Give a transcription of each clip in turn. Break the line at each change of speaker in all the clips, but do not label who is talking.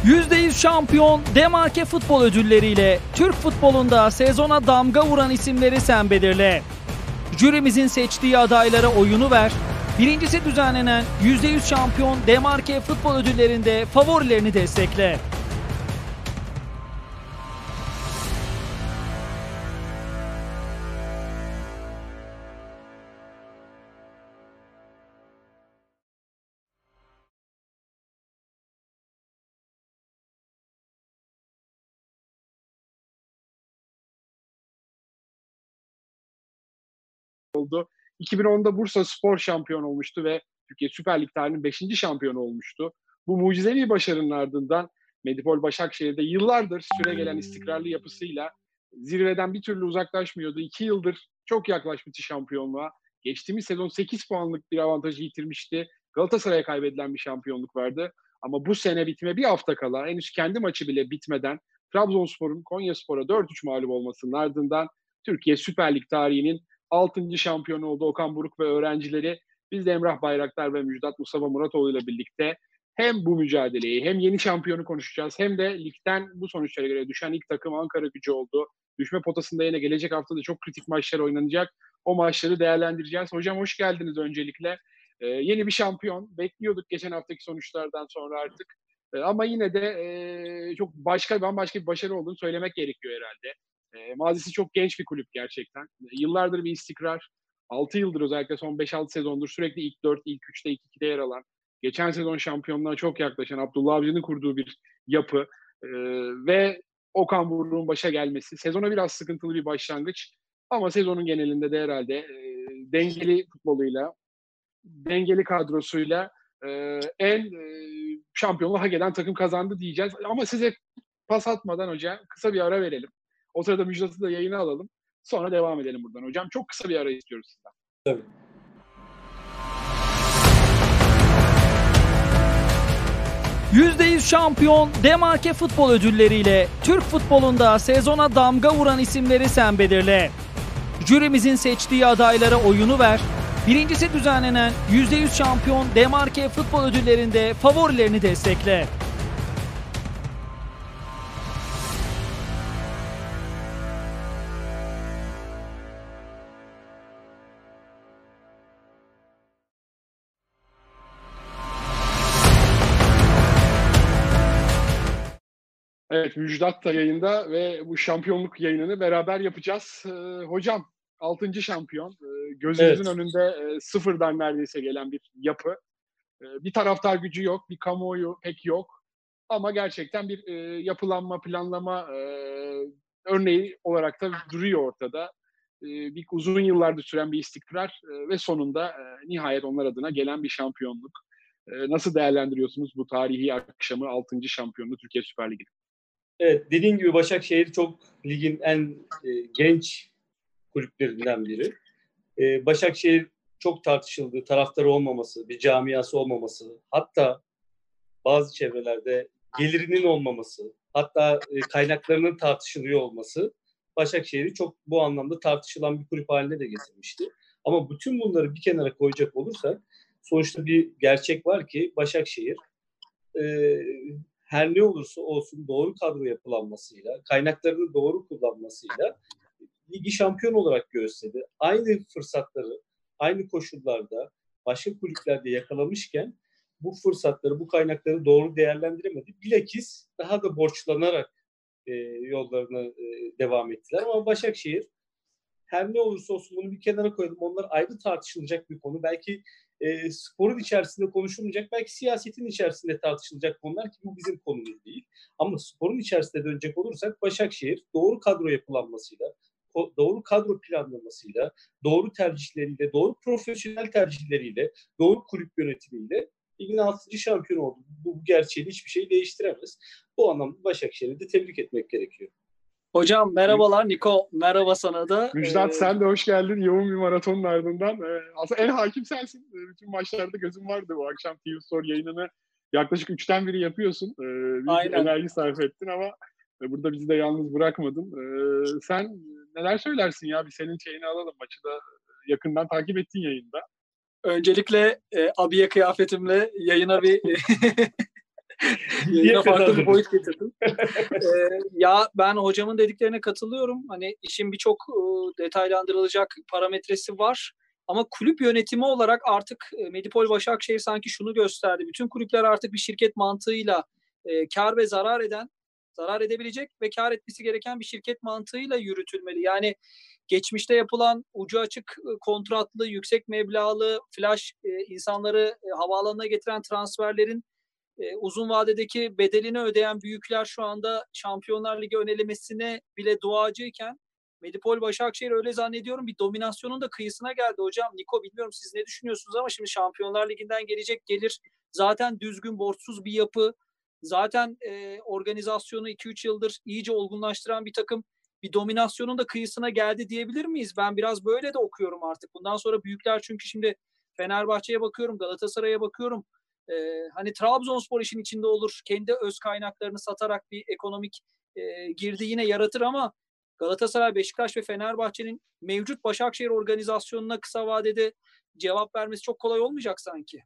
%100 şampiyon Demarke Futbol Ödülleri'yle Türk futbolunda sezona damga vuran isimleri sen belirle. Jürimizin seçtiği adaylara oyunu ver. Birincisi düzenlenen %100 şampiyon Demarke Futbol Ödülleri'nde favorilerini destekle.
Oldu. 2010'da Bursa Spor şampiyon olmuştu ve Türkiye Süper Lig tarihinin 5. şampiyonu olmuştu. Bu mucizevi başarının ardından Medipol Başakşehir'de yıllardır süregelen istikrarlı yapısıyla zirveden bir türlü uzaklaşmıyordu. 2 yıldır çok yaklaşmıştı şampiyonluğa. Geçtiğimiz sezon 8 puanlık bir avantajı yitirmişti. Galatasaray'a kaybedilen bir şampiyonluk vardı. Ama bu sene bitime bir hafta kala, henüz kendi maçı bile bitmeden Trabzonspor'un Konyaspor'a 4-3 mağlup olmasının ardından Türkiye Süper Lig tarihinin 6. şampiyonu oldu Okan Buruk ve öğrencileri. Biz de Emrah Bayraktar ve Müjdat Mustafa Muratoğlu ile birlikte hem bu mücadeleyi hem yeni şampiyonu konuşacağız hem de ligden bu sonuçlara göre düşen ilk takım Ankaragücü oldu. Düşme potasında yine gelecek hafta da çok kritik maçlar oynanacak. O maçları değerlendireceğiz. Hocam hoş geldiniz öncelikle. Yeni bir şampiyon. Bekliyorduk geçen haftaki sonuçlardan sonra artık. Ama yine de çok bambaşka bir başarı olduğunu söylemek gerekiyor herhalde. Mazisi çok genç bir kulüp gerçekten. Yıllardır bir istikrar. 6 yıldır özellikle son 5-6 sezondur sürekli ilk 4, ilk 3'te, ilk 2'de yer alan, geçen sezon şampiyonluğa çok yaklaşan Abdullah Avcı'nın kurduğu bir yapı ve Okan Buruk'un başa gelmesi. Sezona biraz sıkıntılı bir başlangıç ama sezonun genelinde de herhalde dengeli futboluyla, dengeli kadrosuyla en şampiyonluğu hak eden takım kazandı diyeceğiz. Ama size pas atmadan hocam kısa bir ara verelim. O sırada Müjdat'ı da yayına alalım. Sonra devam edelim buradan hocam. Çok kısa bir ara istiyoruz sizden.
Tabii.
%100 şampiyon Demarke Futbol Ödülleri'yle Türk futbolunda sezona damga vuran isimleri sen belirle. Jürimizin seçtiği adaylara oyunu ver. Birincisi düzenlenen %100 şampiyon Demarke Futbol Ödülleri'nde favorilerini destekle.
Evet, Müjdat da yayında ve bu şampiyonluk yayınını beraber yapacağız. Hocam 6. şampiyon. Gözümüzün önünde sıfırdan neredeyse gelen bir yapı. Bir taraftar gücü yok, bir kamuoyu pek yok. Ama gerçekten bir yapılanma, planlama örneği olarak da duruyor ortada. Bir uzun yıllardır süren bir istikrar ve sonunda nihayet onlar adına gelen bir şampiyonluk. Nasıl değerlendiriyorsunuz bu tarihi akşamı 6. şampiyonluğu Türkiye Süper Ligi'nin?
Evet, dediğin gibi Başakşehir çok ligin en genç kulüplerinden biri. Başakşehir çok tartışıldı, taraftarı olmaması, bir camiası olmaması, hatta bazı çevrelerde gelirinin olmaması, hatta kaynaklarının tartışılıyor olması Başakşehir'i çok bu anlamda tartışılan bir kulüp haline de getirmişti. Ama bütün bunları bir kenara koyacak olursak sonuçta bir gerçek var ki Başakşehir her ne olursa olsun doğru kadro yapılanmasıyla, kaynaklarını doğru kullanmasıyla ligi şampiyon olarak gösterdi. Aynı fırsatları, aynı koşullarda başka kulüplerde yakalamışken bu fırsatları, bu kaynakları doğru değerlendiremedi. Bilakis daha da borçlanarak yollarına devam ettiler. Ama Başakşehir her ne olursa olsun bunu bir kenara koyalım. Onlar ayrı tartışılacak bir konu. Belki sporun içerisinde konuşulmayacak, belki siyasetin içerisinde tartışılacak konular ki bu bizim konumuz değil. Ama sporun içerisinde dönecek olursak Başakşehir doğru kadro yapılanmasıyla, doğru kadro planlamasıyla, doğru tercihleriyle, doğru profesyonel tercihleriyle, doğru kulüp yönetimiyle ligin 6. şampiyonu oldu. Bu gerçeği hiçbir şey değiştiremez. Bu anlamda Başakşehir'i de tebrik etmek gerekiyor.
Hocam merhabalar. Niko merhaba sana da.
Müjdat sen de hoş geldin. Yoğun bir maratonun ardından. Aslında en hakim sensin. Bütün maçlarda gözüm vardı bu akşam TV Spor yayınını. Yaklaşık 3'ten biri yapıyorsun. Bir enerji sarf ettin ama burada bizi de yalnız bırakmadın. Sen neler söylersin ya? Bir senin şeyini alalım. Maçı da yakından takip ettin yayında.
Öncelikle abiye kıyafetimle yayına bir Yine farklı bir boyut getirdim. Ya ben hocamın dediklerine katılıyorum. Hani işin birçok detaylandırılacak parametresi var. Ama kulüp yönetimi olarak artık Medipol Başakşehir sanki şunu gösterdi. Bütün kulüpler artık bir şirket mantığıyla kar ve zarar edebilecek ve kar etmesi gereken bir şirket mantığıyla yürütülmeli. Yani geçmişte yapılan ucu açık kontratlı, yüksek meblağlı, flash insanları havaalanına getiren transferlerin uzun vadedeki bedelini ödeyen büyükler şu anda Şampiyonlar Ligi ön elemesine bile duacıyken Medipol Başakşehir öyle zannediyorum bir dominasyonun da kıyısına geldi hocam. Niko bilmiyorum siz ne düşünüyorsunuz ama şimdi Şampiyonlar Ligi'nden gelecek gelir zaten düzgün borçsuz bir yapı. Zaten organizasyonu 2-3 yıldır iyice olgunlaştıran bir takım bir dominasyonun da kıyısına geldi diyebilir miyiz? Ben biraz böyle de okuyorum artık. Bundan sonra büyükler çünkü şimdi Fenerbahçe'ye bakıyorum, Galatasaray'a bakıyorum. Hani Trabzonspor işin içinde olur. Kendi öz kaynaklarını satarak bir ekonomik girdi yine yaratır ama Galatasaray, Beşiktaş ve Fenerbahçe'nin mevcut Başakşehir organizasyonuna kısa vadede cevap vermesi çok kolay olmayacak sanki.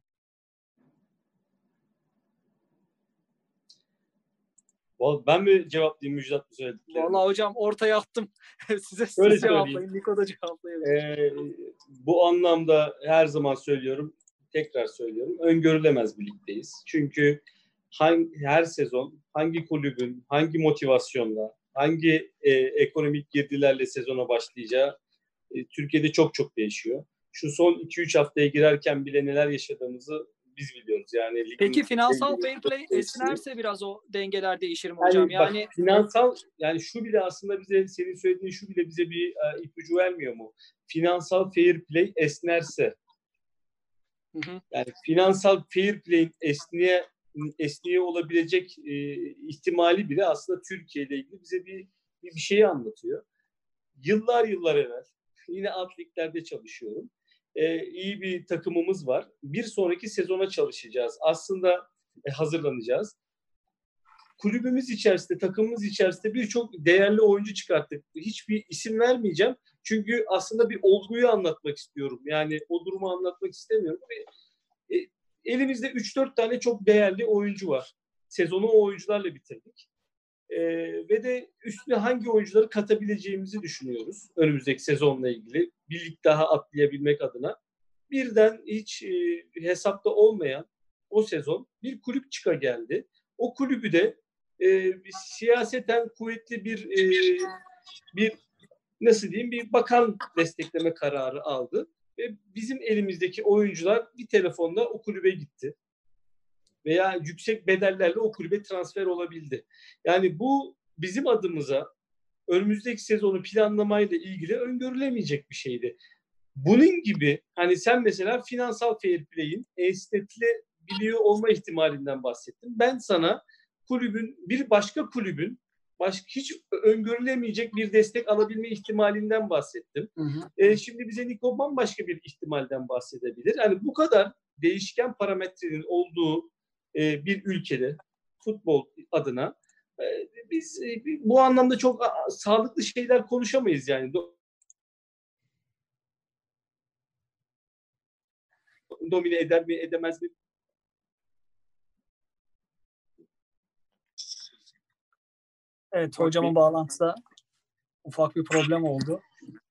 Ben mi cevaplayayım Müjdat bu söylediklerini?
Vallahi hocam ortaya attım. Siz cevaplayın. Niko da cevaplayabilir.
Bu anlamda her zaman söylüyorum, tekrar söylüyorum. Öngörülemez bir ligdeyiz. Çünkü her sezon hangi kulübün, hangi motivasyonla, hangi ekonomik girdilerle sezona başlayacağı Türkiye'de çok çok değişiyor. Şu son 2-3 haftaya girerken bile neler yaşadığımızı biz biliyoruz. Yani
peki finansal fair play esnerse biraz o dengeler değişir mi
Yani
hocam? Yani
bak, finansal yani şu bile aslında bize senin söylediğin şu bile bize bir ipucu vermiyor mu? Finansal fair play esnerse. Yani finansal fair play'in esniye olabilecek ihtimali bile aslında Türkiye ile ilgili bize bir şeyi anlatıyor. Yıllar evvel yine alt liglerde çalışıyorum. İyi bir takımımız var. Bir sonraki sezona çalışacağız. Aslında hazırlanacağız. Kulübümüz içerisinde, takımımız içerisinde birçok değerli oyuncu çıkarttık. Hiçbir isim vermeyeceğim. Çünkü aslında bir olguyu anlatmak istiyorum. Yani o durumu anlatmak istemiyorum. Elimizde 3-4 tane çok değerli oyuncu var. Sezonu o oyuncularla bitirdik. Ve de üstüne hangi oyuncuları katabileceğimizi düşünüyoruz önümüzdeki sezonla ilgili. Bir lig daha atlayabilmek adına. Birden hiç hesapta olmayan o sezon bir kulüp çıka geldi. O kulübü de siyaseten kuvvetli bir nasıl diyeyim bir bakan destekleme kararı aldı. Ve bizim elimizdeki oyuncular bir telefonla o kulübe gitti. Veya yüksek bedellerle o kulübe transfer olabildi. Yani bu bizim adımıza önümüzdeki sezonu planlamayla ilgili öngörülemeyecek bir şeydi. Bunun gibi hani sen mesela finansal fair play'in esnetilebiliyor olma ihtimalinden bahsettin. Ben sana bir başka kulübün hiç öngörülemeyecek bir destek alabilme ihtimalinden bahsettim. Şimdi bize Niko bambaşka bir ihtimalden bahsedebilir. Yani bu kadar değişken parametrenin olduğu bir ülkede futbol adına biz bu anlamda çok sağlıklı şeyler konuşamayız yani. Domine eder mi, edemez mi?
Evet, hocamın bağlantıda ufak bir problem oldu.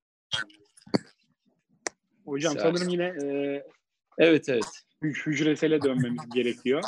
Hocam sanırım yine
evet.
Hücresele dönmemiz gerekiyor.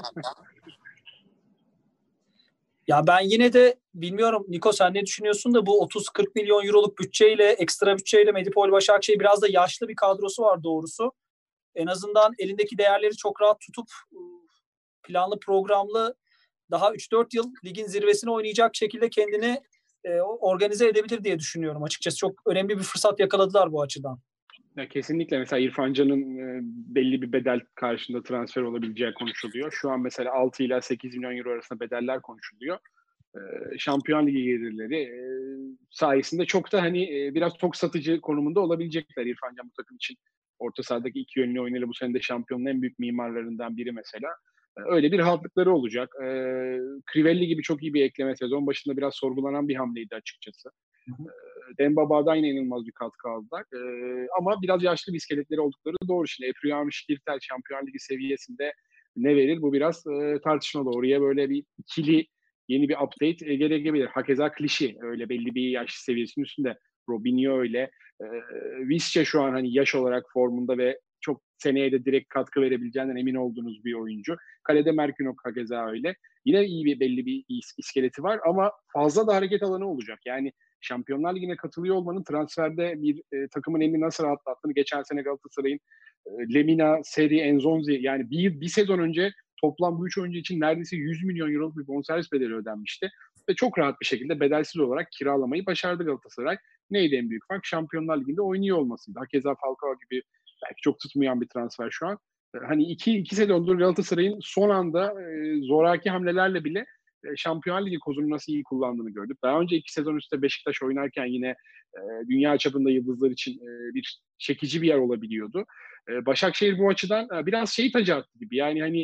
Ya ben yine de bilmiyorum Niko sen ne düşünüyorsun da bu 30-40 milyon euroluk bütçeyle, ekstra bütçeyle Medipol Başakşehir biraz da yaşlı bir kadrosu var doğrusu. En azından elindeki değerleri çok rahat tutup planlı programlı daha 3-4 yıl ligin zirvesine oynayacak şekilde kendini organize edebilir diye düşünüyorum açıkçası. Çok önemli bir fırsat yakaladılar bu açıdan.
Ya kesinlikle mesela İrfan Can'ın belli bir bedel karşında transfer olabileceği konuşuluyor. Şu an mesela 6 ila 8 milyon euro arasında bedeller konuşuluyor. Şampiyon Ligi gelirleri sayesinde çok da hani biraz tok satıcı konumunda olabilecekler İrfan Can bu takım için. Orta sahadaki iki yönlü oyunuyla bu sene de şampiyonun en büyük mimarlarından biri mesela. Öyle bir rahatlıkları olacak. Crivelli gibi çok iyi bir ekleme sezon başında biraz sorgulanan bir hamleydi açıkçası. Dembaba'dan yine inanılmaz bir katkı aldılar. Ama biraz yaşlı bir iskeletleri oldukları doğru. Şimdi Epriyam Şikirtel Şampiyon Ligi seviyesinde ne verir? Bu biraz tartışmalı. Oraya böyle bir ikili yeni bir update gerekebilir. Hakeza Klişi öyle belli bir yaş seviyesinin üstünde. Robinho öyle. Visca şu an hani yaş olarak formunda ve çok seneye de direkt katkı verebileceğinden emin olduğunuz bir oyuncu. Kalede Merkino Hakeza öyle. Yine iyi bir belli bir iskeleti var ama fazla da hareket alanı olacak. Yani Şampiyonlar Ligi'ne katılıyor olmanın transferde bir takımın elini nasıl rahatlattığını geçen sene Galatasaray'ın Lemina, Seri, Enzonzi yani bir sezon önce toplam bu üç oyuncu için neredeyse 100 milyon euroluk bir bonservis bedeli ödenmişti. Ve çok rahat bir şekilde bedelsiz olarak kiralamayı başardı Galatasaray. Neydi en büyük fark? Şampiyonlar Ligi'nde oynuyor olmasıydı. Hakeza Falcao gibi belki çok tutmayan bir transfer şu an. Hani iki sezondur Galatasaray'ın son anda zoraki hamlelerle bile Şampiyonlar Ligi kozunu nasıl iyi kullandığını gördük. Daha önce 2 sezon üstte Beşiktaş oynarken yine dünya çapında yıldızlar için bir çekici bir yer olabiliyordu. Başakşehir bu açıdan biraz şeyi taca attı gibi. Yani hani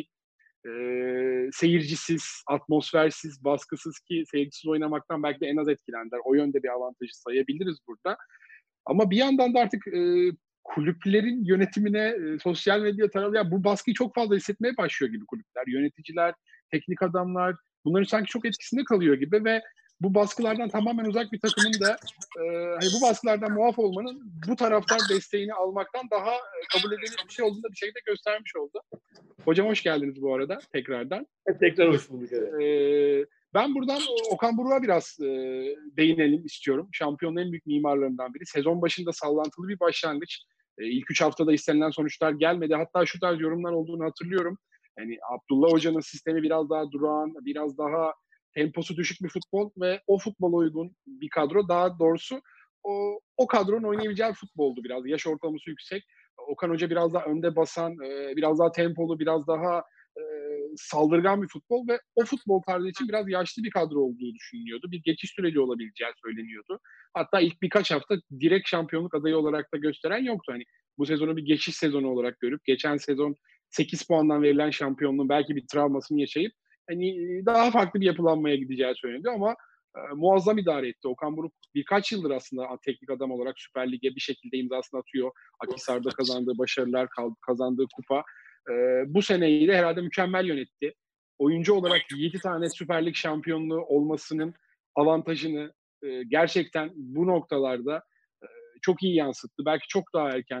seyircisiz, atmosfersiz, baskısız ki seyircisiz oynamaktan belki de en az etkilendiler. O yönde bir avantajı sayabiliriz burada. Ama bir yandan da artık kulüplerin yönetimine sosyal medya taralı bu baskıyı çok fazla hissetmeye başlıyor gibi kulüpler. Yöneticiler, teknik adamlar bunların sanki çok etkisinde kalıyor gibi ve bu baskılardan tamamen uzak bir takımın da hani bu baskılardan muaf olmanın bu taraftar desteğini almaktan daha kabul edilir bir şey olduğunu da bir şekilde göstermiş oldu. Hocam hoş geldiniz bu arada tekrardan.
Tekrar hoş bulduk. Evet.
Ben buradan Okan Buruk'a biraz değinelim istiyorum. Şampiyonluğun en büyük mimarlarından biri. Sezon başında sallantılı bir başlangıç. İlk 3 haftada istenilen sonuçlar gelmedi. Hatta şu tarz yorumlar olduğunu hatırlıyorum. Yani Abdullah Hoca'nın sistemi biraz daha durağan, biraz daha temposu düşük bir futbol ve o futbola uygun bir kadro. Daha doğrusu o kadronun oynayabileceği futboldu biraz. Yaş ortalaması yüksek. Okan Hoca biraz daha önde basan, biraz daha tempolu, biraz daha saldırgan bir futbol ve o futbol tarzı için biraz yaşlı bir kadro olduğu düşünülüyordu. Bir geçiş süreci olabileceği söyleniyordu. Hatta ilk birkaç hafta direkt şampiyonluk adayı olarak da gösteren yoktu. Hani bu sezonu bir geçiş sezonu olarak görüp geçen sezon 8 puandan verilen şampiyonluğun belki bir travmasını yaşayıp hani daha farklı bir yapılanmaya gideceği söyleniyordu ama muazzam idare etti. Okan Buruk birkaç yıldır aslında teknik adam olarak Süper Lig'e bir şekilde imzasını atıyor. Akhisar'da kazandığı başarılar, kazandığı kupa. Bu seneyi de herhalde mükemmel yönetti. Oyuncu olarak 7 tane Süper Lig şampiyonluğu olmasının avantajını gerçekten bu noktalarda çok iyi yansıttı. Belki çok daha erken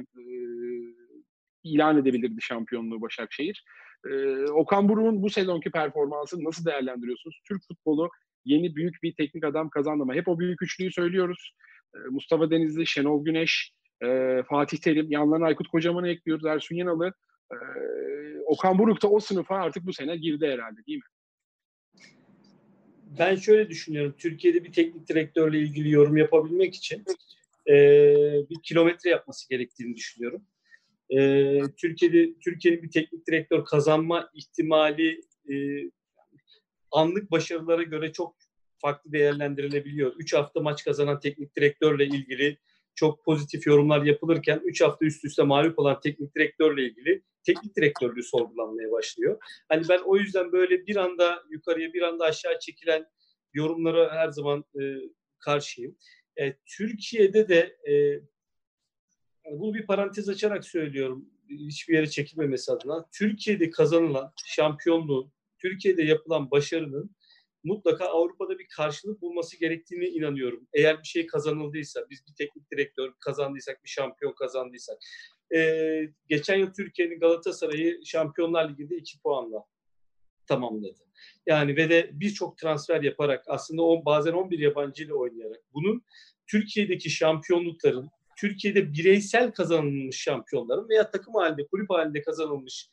ilan edebilirdi şampiyonluğu Başakşehir. Okan Buruk'un bu sezonki performansını nasıl değerlendiriyorsunuz? Türk futbolu yeni büyük bir teknik adam kazandı ama hep o büyük üçlüyü söylüyoruz. Mustafa Denizli, Şenol Güneş, Fatih Terim, yanlarına Aykut Kocaman'ı ekliyoruz, Ersun Yanal'ı. Okan Buruk da o sınıfa artık bu sene girdi herhalde değil mi?
Ben şöyle düşünüyorum. Türkiye'de bir teknik direktörle ilgili yorum yapabilmek için bir kilometre yapması gerektiğini düşünüyorum. Türkiye'nin bir teknik direktör kazanma ihtimali anlık başarılara göre çok farklı değerlendirilebiliyor. 3 hafta maç kazanan teknik direktörle ilgili çok pozitif yorumlar yapılırken 3 hafta üst üste mağlup olan teknik direktörle ilgili teknik direktörlüğü sorgulanmaya başlıyor. Hani ben o yüzden böyle bir anda yukarıya bir anda aşağı çekilen yorumlara her zaman karşıyım. Türkiye'de de bunu bir parantez açarak söylüyorum. Hiçbir yere çekilmemesi adına. Türkiye'de kazanılan şampiyonluğun, Türkiye'de yapılan başarının mutlaka Avrupa'da bir karşılık bulması gerektiğine inanıyorum. Eğer bir şey kazanıldıysa, biz bir teknik direktör kazandıysak, bir şampiyon kazandıysak. Geçen yıl Türkiye'nin Galatasaray'ı Şampiyonlar Ligi'nde 2 puanla tamamladı. Yani ve de birçok transfer yaparak aslında bazen 11 yabancı ile oynayarak bunun Türkiye'deki şampiyonlukların, Türkiye'de bireysel kazanılmış şampiyonların veya takım halinde, kulüp halinde kazanılmış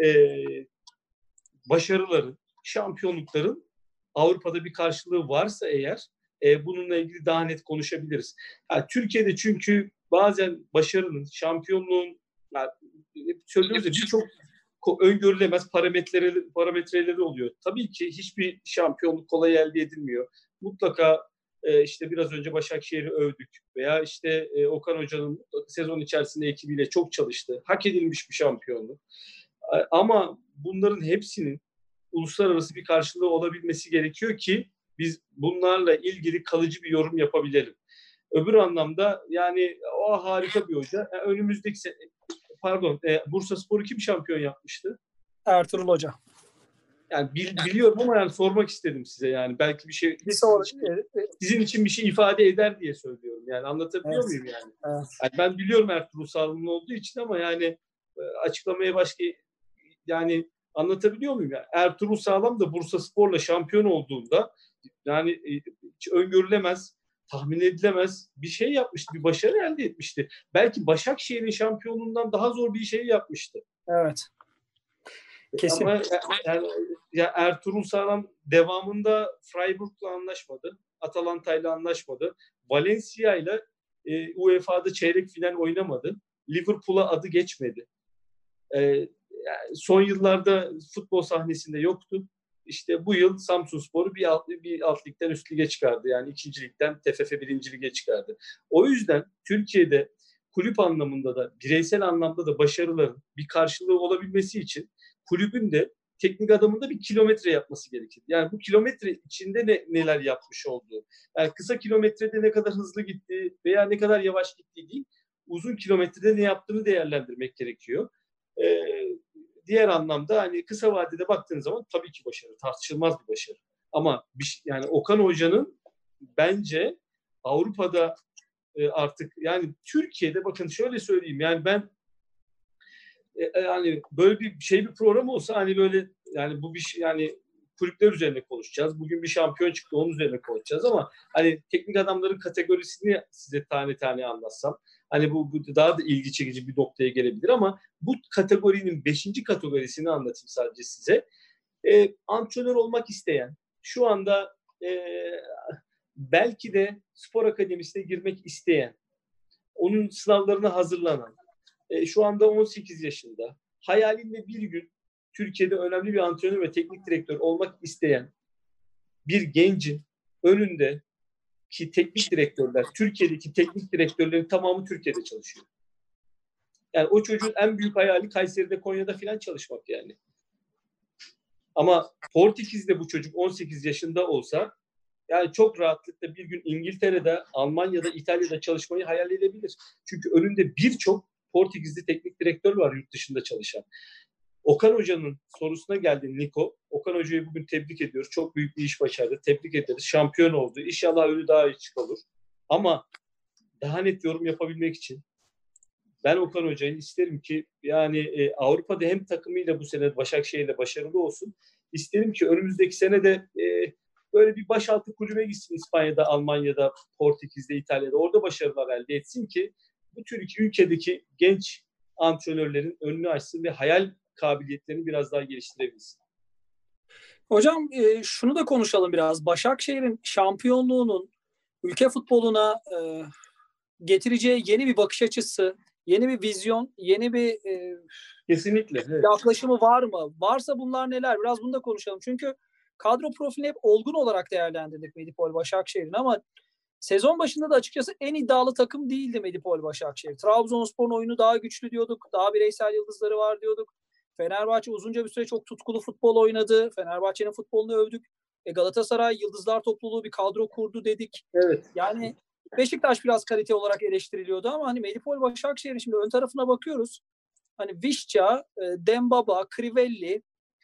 başarıların, şampiyonlukların Avrupa'da bir karşılığı varsa eğer bununla ilgili daha net konuşabiliriz. Yani Türkiye'de çünkü bazen başarının, şampiyonluğun söylüyoruz ya birçok öngörülemez parametreleri oluyor. Tabii ki hiçbir şampiyonluk kolay elde edilmiyor. Mutlaka işte biraz önce Başakşehir'i övdük veya işte Okan Hoca'nın sezon içerisinde ekibiyle çok çalıştı. Hak edilmiş bir şampiyonluk. Ama bunların hepsinin uluslararası bir karşılığı olabilmesi gerekiyor ki biz bunlarla ilgili kalıcı bir yorum yapabilelim. Öbür anlamda yani o harika bir hoca. Önümüzdeki Bursaspor'u kim şampiyon yapmıştı?
Ertuğrul Hoca.
Yani biliyorum ama yani sormak istedim size yani. Belki bir şey sizin için bir şey ifade eder diye söylüyorum. Yani anlatabiliyor muyum yani?
Evet.
Yani ben biliyorum Ertuğrul Sağlam'ın olduğu için ama yani açıklamaya başka yani anlatabiliyor muyum? Yani Ertuğrul Sağlam da Bursaspor'la şampiyon olduğunda yani hiç öngörülemez, tahmin edilemez bir şey yapmıştı. Bir başarı elde etmişti. Belki Başakşehir'in şampiyonluğundan daha zor bir şey yapmıştı.
Evet. Kesin.
Ama yani Ertuğrul Sağlam devamında Freiburg'la anlaşmadı. Atalanta'yla anlaşmadı. Valencia ile UEFA'da çeyrek final oynamadı. Liverpool'a adı geçmedi. Yani son yıllarda futbol sahnesinde yoktu. İşte bu yıl Samsunspor'u bir alt ligden üst lige çıkardı. Yani 2. ligden TFF 1. lige çıkardı. O yüzden Türkiye'de kulüp anlamında da bireysel anlamda da başarıların bir karşılığı olabilmesi için kulübün de teknik adamın da bir kilometre yapması gerekir. Yani bu kilometre içinde neler yapmış olduğu. Yani kısa kilometrede ne kadar hızlı gittiği veya ne kadar yavaş gittiği değil, uzun kilometrede ne yaptığını değerlendirmek gerekiyor. Diğer anlamda hani kısa vadede baktığınız zaman tabii ki başarı, tartışılmaz bir başarı. Ama yani Okan Hoca'nın bence Avrupa'da artık yani Türkiye'de bakın şöyle söyleyeyim yani ben yani böyle bir program olsa hani böyle yani bu bir şey yani kulüpler üzerine konuşacağız. Bugün bir şampiyon çıktı onun üzerine konuşacağız ama hani teknik adamların kategorisini size tane tane anlatsam hani bu daha da ilgi çekici bir noktaya gelebilir ama bu kategorinin 5. kategorisini anlatayım sadece size. Antrenör olmak isteyen, şu anda belki de spor akademisine girmek isteyen, onun sınavlarına hazırlanan, şu anda 18 yaşında, hayalinde bir gün Türkiye'de önemli bir antrenör ve teknik direktör olmak isteyen bir gencin önünde ki teknik direktörler, Türkiye'deki teknik direktörlerin tamamı Türkiye'de çalışıyor. Yani o çocuğun en büyük hayali Kayseri'de, Konya'da falan çalışmak yani. Ama Portekiz'de bu çocuk 18 yaşında olsa yani çok rahatlıkla bir gün İngiltere'de, Almanya'da, İtalya'da çalışmayı hayal edebilir. Çünkü önünde birçok Portekizli teknik direktör var yurt dışında çalışan. Okan Hoca'nın sorusuna geldi Niko. Okan Hoca'yı bugün tebrik ediyoruz. Çok büyük bir iş başardı. Tebrik ederiz. Şampiyon oldu. İnşallah önü daha iyi olur. Ama daha net yorum yapabilmek için ben Okan Hoca'yı isterim ki yani Avrupa'da hem takımıyla bu sene Başakşehir'le başarılı olsun. İsterim ki önümüzdeki sene de böyle bir başaltı kulübe gitsin İspanya'da, Almanya'da, Portekiz'de, İtalya'da. Orada başarılar elde etsin ki bu tür iki ülkedeki genç antrenörlerin önünü açsın ve hayal kabiliyetlerini biraz daha geliştirebilsin.
Hocam şunu da konuşalım biraz. Başakşehir'in şampiyonluğunun ülke futboluna getireceği yeni bir bakış açısı, yeni bir vizyon, yeni bir
kesinlikle evet.
yaklaşımı var mı? Varsa bunlar neler? Biraz bunu da konuşalım. Çünkü kadro profilini hep olgun olarak değerlendirdik Medipol Başakşehir'in ama sezon başında da açıkçası en iddialı takım değildi Medipol Başakşehir. Trabzonspor'un oyunu daha güçlü diyorduk. Daha bireysel yıldızları var diyorduk. Fenerbahçe uzunca bir süre çok tutkulu futbol oynadı. Fenerbahçe'nin futbolunu övdük. Galatasaray Yıldızlar Topluluğu bir kadro kurdu dedik.
Evet.
Yani Beşiktaş biraz kalite olarak eleştiriliyordu ama hani Medipol Başakşehir'in şimdi ön tarafına bakıyoruz. Hani Vişça, Dembaba, Crivelli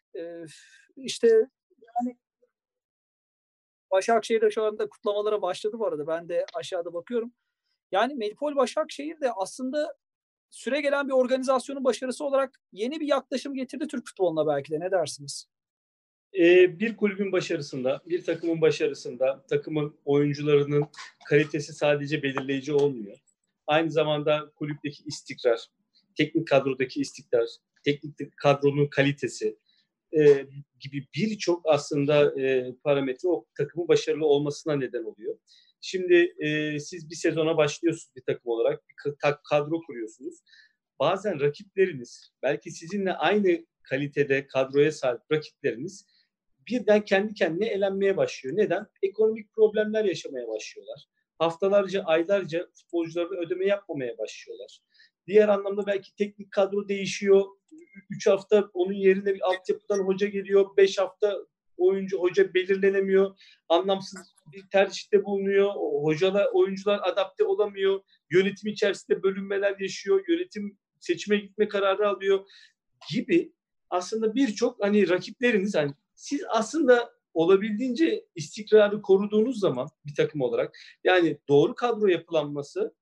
işte yani Başakşehir'de şu anda kutlamalara başladı bu arada. Ben de aşağıda bakıyorum. Yani Medipol Başakşehir de aslında süregelen bir organizasyonun başarısı olarak yeni bir yaklaşım getirdi Türk futboluna belki de. Ne dersiniz?
Bir kulübün başarısında, bir takımın başarısında takımın oyuncularının kalitesi sadece belirleyici olmuyor. Aynı zamanda kulüpteki istikrar, teknik kadrodaki istikrar, teknik kadronun kalitesi gibi birçok aslında parametre o takımın başarılı olmasına neden oluyor. Şimdi siz bir sezona başlıyorsunuz bir takım olarak, bir kadro kuruyorsunuz. Bazen rakipleriniz, belki sizinle aynı kalitede kadroya sahip rakipleriniz birden kendi kendine elenmeye başlıyor. Neden? Ekonomik problemler yaşamaya başlıyorlar. Haftalarca, aylarca futbolcularına ödeme yapmamaya başlıyorlar. Diğer anlamda belki teknik kadro değişiyor. 3 hafta onun yerine bir altyapıdan hoca geliyor. 5 hafta hoca belirlenemiyor. Anlamsız bir tercihte bulunuyor. Oyuncular adapte olamıyor. Yönetim içerisinde bölünmeler yaşıyor. Yönetim seçime gitme kararı alıyor gibi. aslında birçok hani rakipleriniz, hani siz aslında olabildiğince istikrarı koruduğunuz zaman bir takım olarak, yani doğru kadro yapılanması,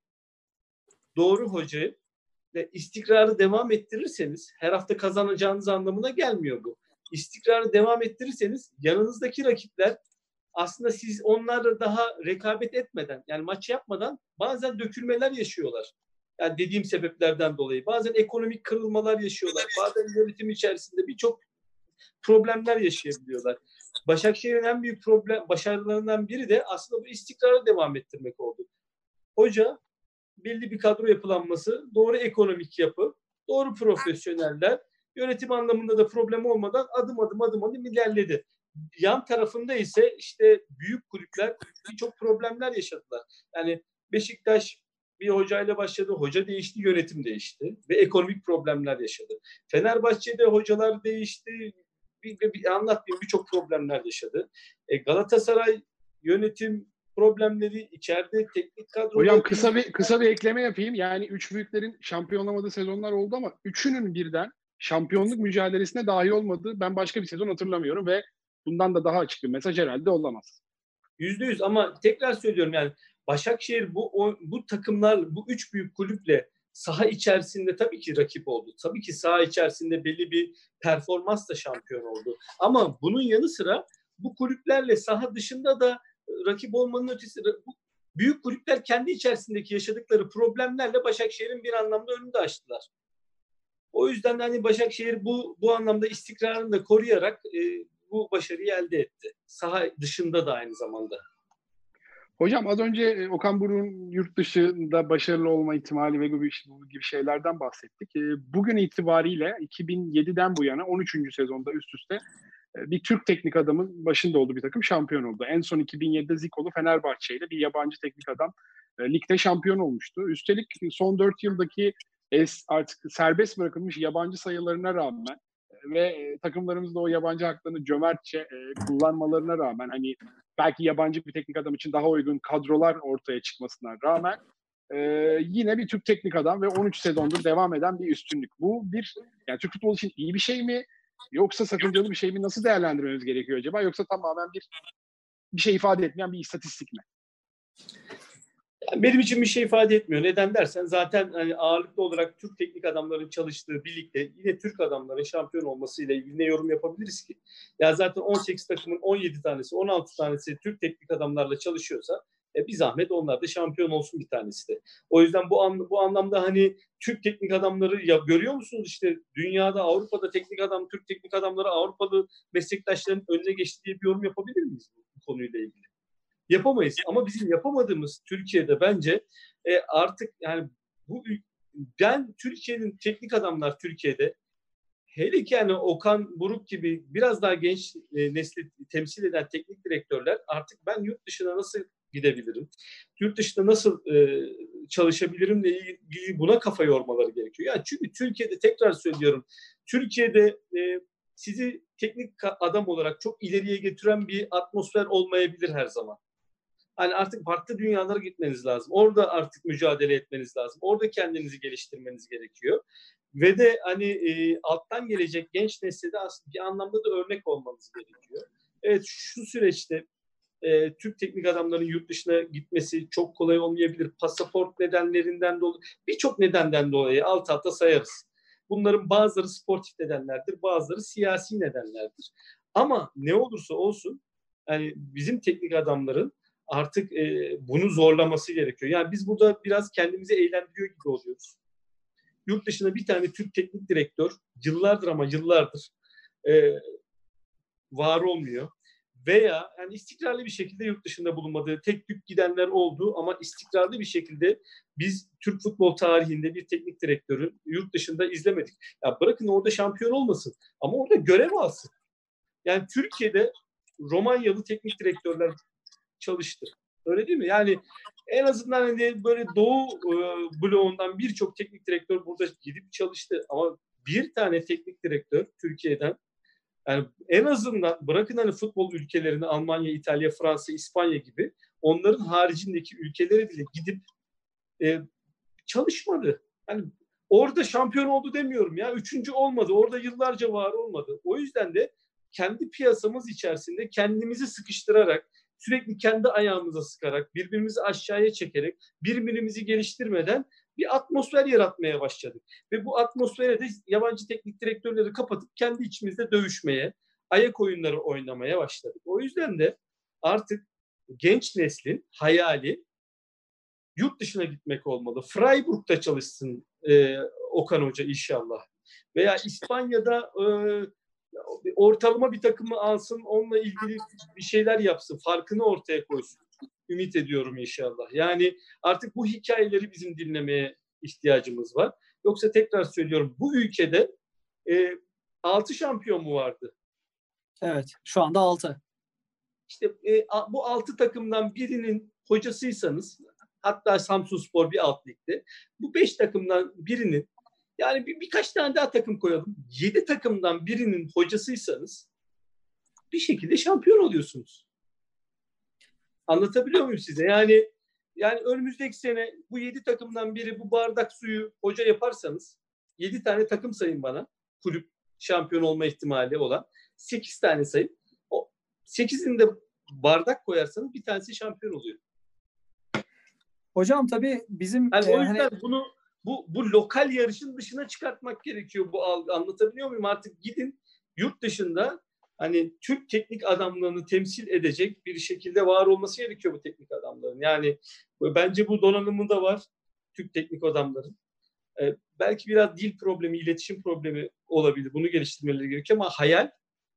doğru hoca ve istikrarı devam ettirirseniz, her hafta kazanacağınız anlamına gelmiyor bu. İstikrarı devam ettirirseniz yanınızdaki rakipler aslında siz onlarla daha rekabet etmeden, yani maç yapmadan bazen dökülmeler yaşıyorlar. Yani dediğim sebeplerden dolayı. Bazen ekonomik kırılmalar yaşıyorlar. Bazen yönetim içerisinde birçok problemler yaşayabiliyorlar. Başakşehir'in en büyük başarılarından biri de aslında bu istikrarı devam ettirmek oldu. Hoca belli bir kadro yapılanması, doğru ekonomik yapı, doğru profesyoneller, yönetim anlamında da problem olmadan adım adım ilerledi. Yan tarafında ise işte büyük kulüpler birçok problemler yaşadılar. Yani Beşiktaş bir hocayla başladı, hoca değişti, yönetim değişti ve ekonomik problemler yaşadı. Fenerbahçe'de hocalar değişti, anlatmayayım, birçok problemler yaşadı. Galatasaray yönetim problemleri, içeride teknik kadroları...
Hocam kısa bir ekleme yapayım. Yani üç büyüklerin şampiyon olamadığı sezonlar oldu ama üçünün birden şampiyonluk mücadelesine dahil olmadığı ben başka bir sezon hatırlamıyorum ve bundan da daha açık bir mesaj herhalde olamaz.
%100 ama tekrar söylüyorum, yani Başakşehir bu takımlar, bu üç büyük kulüple saha içerisinde tabii ki rakip oldu. Tabii ki saha içerisinde belli bir performansla şampiyon oldu. Ama bunun yanı sıra bu kulüplerle saha dışında da rakip olmanın ötesi, bu büyük kulüpler kendi içerisindeki yaşadıkları problemlerle Başakşehir'in bir anlamda önünü de açtılar. O yüzden hani Başakşehir bu anlamda istikrarını da koruyarak bu başarıyı elde etti. Saha dışında da aynı zamanda.
Hocam az önce Okan Buruk'un yurt dışında başarılı olma ihtimali ve bu gibi şeylerden bahsettik. Bugün itibariyle 2007'den bu yana 13. sezonda üst üste bir Türk teknik adamın başında olduğu bir takım şampiyon oldu. En son 2007'de Zikolu Fenerbahçe ile bir yabancı teknik adam ligde şampiyon olmuştu. Üstelik son 4 yıldaki artık serbest bırakılmış yabancı sayılarına rağmen ve takımlarımızda o yabancı haklarını cömertçe kullanmalarına rağmen, hani belki yabancı bir teknik adam için daha uygun kadrolar ortaya çıkmasına rağmen yine bir Türk teknik adam ve 13 sezondur devam eden bir üstünlük. Bu yani Türk futbolu için iyi bir şey mi? Yoksa sakıncalı bir şey mi? Nasıl değerlendirmemiz gerekiyor acaba? Yoksa tamamen bir şey ifade etmeyen bir istatistik mi?
Yani benim için bir şey ifade etmiyor. Neden dersen, zaten hani ağırlıklı olarak Türk teknik adamların çalıştığı birlikte yine Türk adamların şampiyon olmasıyla ilgili ne yorum yapabiliriz ki? Ya zaten 18 takımın 17 tanesi, 16 tanesi Türk teknik adamlarla çalışıyorsa bir zahmet onlar da şampiyon olsun bir tanesi de. O yüzden bu anlamda hani Türk teknik adamları, ya görüyor musunuz işte dünyada, Avrupa'da Türk teknik adamları Avrupalı meslektaşların önüne geçti diye bir yorum yapabilir miyiz bu konuyla ilgili? Yapamayız. Ama bizim yapamadığımız Türkiye'de bence artık yani ben Türkiye'nin teknik adamlar Türkiye'de, hele ki yani Okan Buruk gibi biraz daha genç nesli temsil eden teknik direktörler, artık ben yurt dışına nasıl gidebilirim, yurt dışında nasıl çalışabilirimle ilgili buna kafa yormaları gerekiyor. Yani çünkü Türkiye'de, tekrar söylüyorum, Türkiye'de sizi teknik adam olarak çok ileriye götüren bir atmosfer olmayabilir her zaman. Hani artık farklı dünyalara gitmeniz lazım. Orada artık mücadele etmeniz lazım. Orada kendinizi geliştirmeniz gerekiyor. Ve de hani alttan gelecek genç nesle de aslında bir anlamda da örnek olmanız gerekiyor. Evet, şu süreçte Türk teknik adamların yurt dışına gitmesi çok kolay olmayabilir. Pasaport nedenlerinden dolayı, birçok nedenden dolayı alt alta sayarız. Bunların bazıları sportif nedenlerdir, bazıları siyasi nedenlerdir. Ama ne olursa olsun yani bizim teknik adamların artık bunu zorlaması gerekiyor. Yani biz burada biraz kendimizi eğlendiriyor gibi oluyoruz. Yurt dışında bir tane Türk teknik direktör yıllardır var olmuyor. Veya yani istikrarlı bir şekilde yurt dışında bulunmadığı, tek tük gidenler oldu ama istikrarlı bir şekilde biz Türk futbol tarihinde bir teknik direktörü yurt dışında izlemedik. Ya bırakın orada şampiyon olmasın ama orada görev alsın. Yani Türkiye'de Romanyalı teknik direktörler çalıştı. Öyle değil mi? Yani en azından hani böyle Doğu bloğundan birçok teknik direktör burada gidip çalıştı. Ama bir tane teknik direktör Türkiye'den, yani en azından bırakın hani futbol ülkelerini, Almanya, İtalya, Fransa, İspanya gibi, onların haricindeki ülkelere bile gidip çalışmadı. Yani orada şampiyon oldu demiyorum ya. Üçüncü olmadı. Orada yıllarca var olmadı. O yüzden de kendi piyasamız içerisinde kendimizi sıkıştırarak, sürekli kendi ayağımıza sıkarak, birbirimizi aşağıya çekerek, birbirimizi geliştirmeden bir atmosfer yaratmaya başladık. Ve bu atmosfere de yabancı teknik direktörleri kapatıp kendi içimizde dövüşmeye, ayak oyunları oynamaya başladık. O yüzden de artık genç neslin hayali yurt dışına gitmek olmalı. Freiburg'da çalışsın Okan Hoca inşallah. Veya İspanya'da ortalama bir takımı alsın, onunla ilgili bir şeyler yapsın, farkını ortaya koysun. Ümit ediyorum inşallah. Yani artık bu hikayeleri bizim dinlemeye ihtiyacımız var. Yoksa tekrar söylüyorum, bu ülkede 6 şampiyon mu vardı?
Evet, şu anda 6.
İşte bu 6 takımdan birinin hocasıysanız, hatta Samsunspor bir alt ligde, bu 5 takımdan birinin, yani birkaç tane daha takım koyalım, 7 takımdan birinin hocasıysanız bir şekilde şampiyon oluyorsunuz. Anlatabiliyor muyum size? Yani önümüzdeki sene bu 7 takımdan biri bu bardak suyu hoca yaparsanız, 7 tane takım sayın bana, kulüp şampiyon olma ihtimali olan 8 tane sayın. O 8'inde bardak koyarsanız bir tanesi şampiyon oluyor.
Hocam tabii bizim
yani o yüzden bunu bu lokal yarışın dışına çıkartmak gerekiyor. Anlatabiliyor muyum? Artık gidin yurt dışında hani Türk teknik adamlarını temsil edecek bir şekilde var olması gerekiyor bu teknik adamların. Yani bence bu donanımında var Türk teknik adamların. Belki biraz dil problemi, iletişim problemi olabilir. Bunu geliştirmeleri gerekiyor ama hayal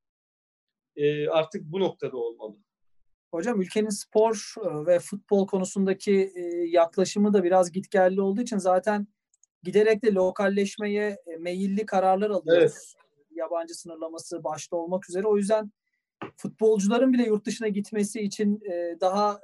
artık bu noktada olmalı.
Hocam ülkenin spor ve futbol konusundaki yaklaşımı da biraz gitgelli olduğu için zaten giderek de lokalleşmeye meyilli kararlar alıyoruz. Evet. Yabancı sınırlaması başta olmak üzere. O yüzden futbolcuların bile yurt dışına gitmesi için daha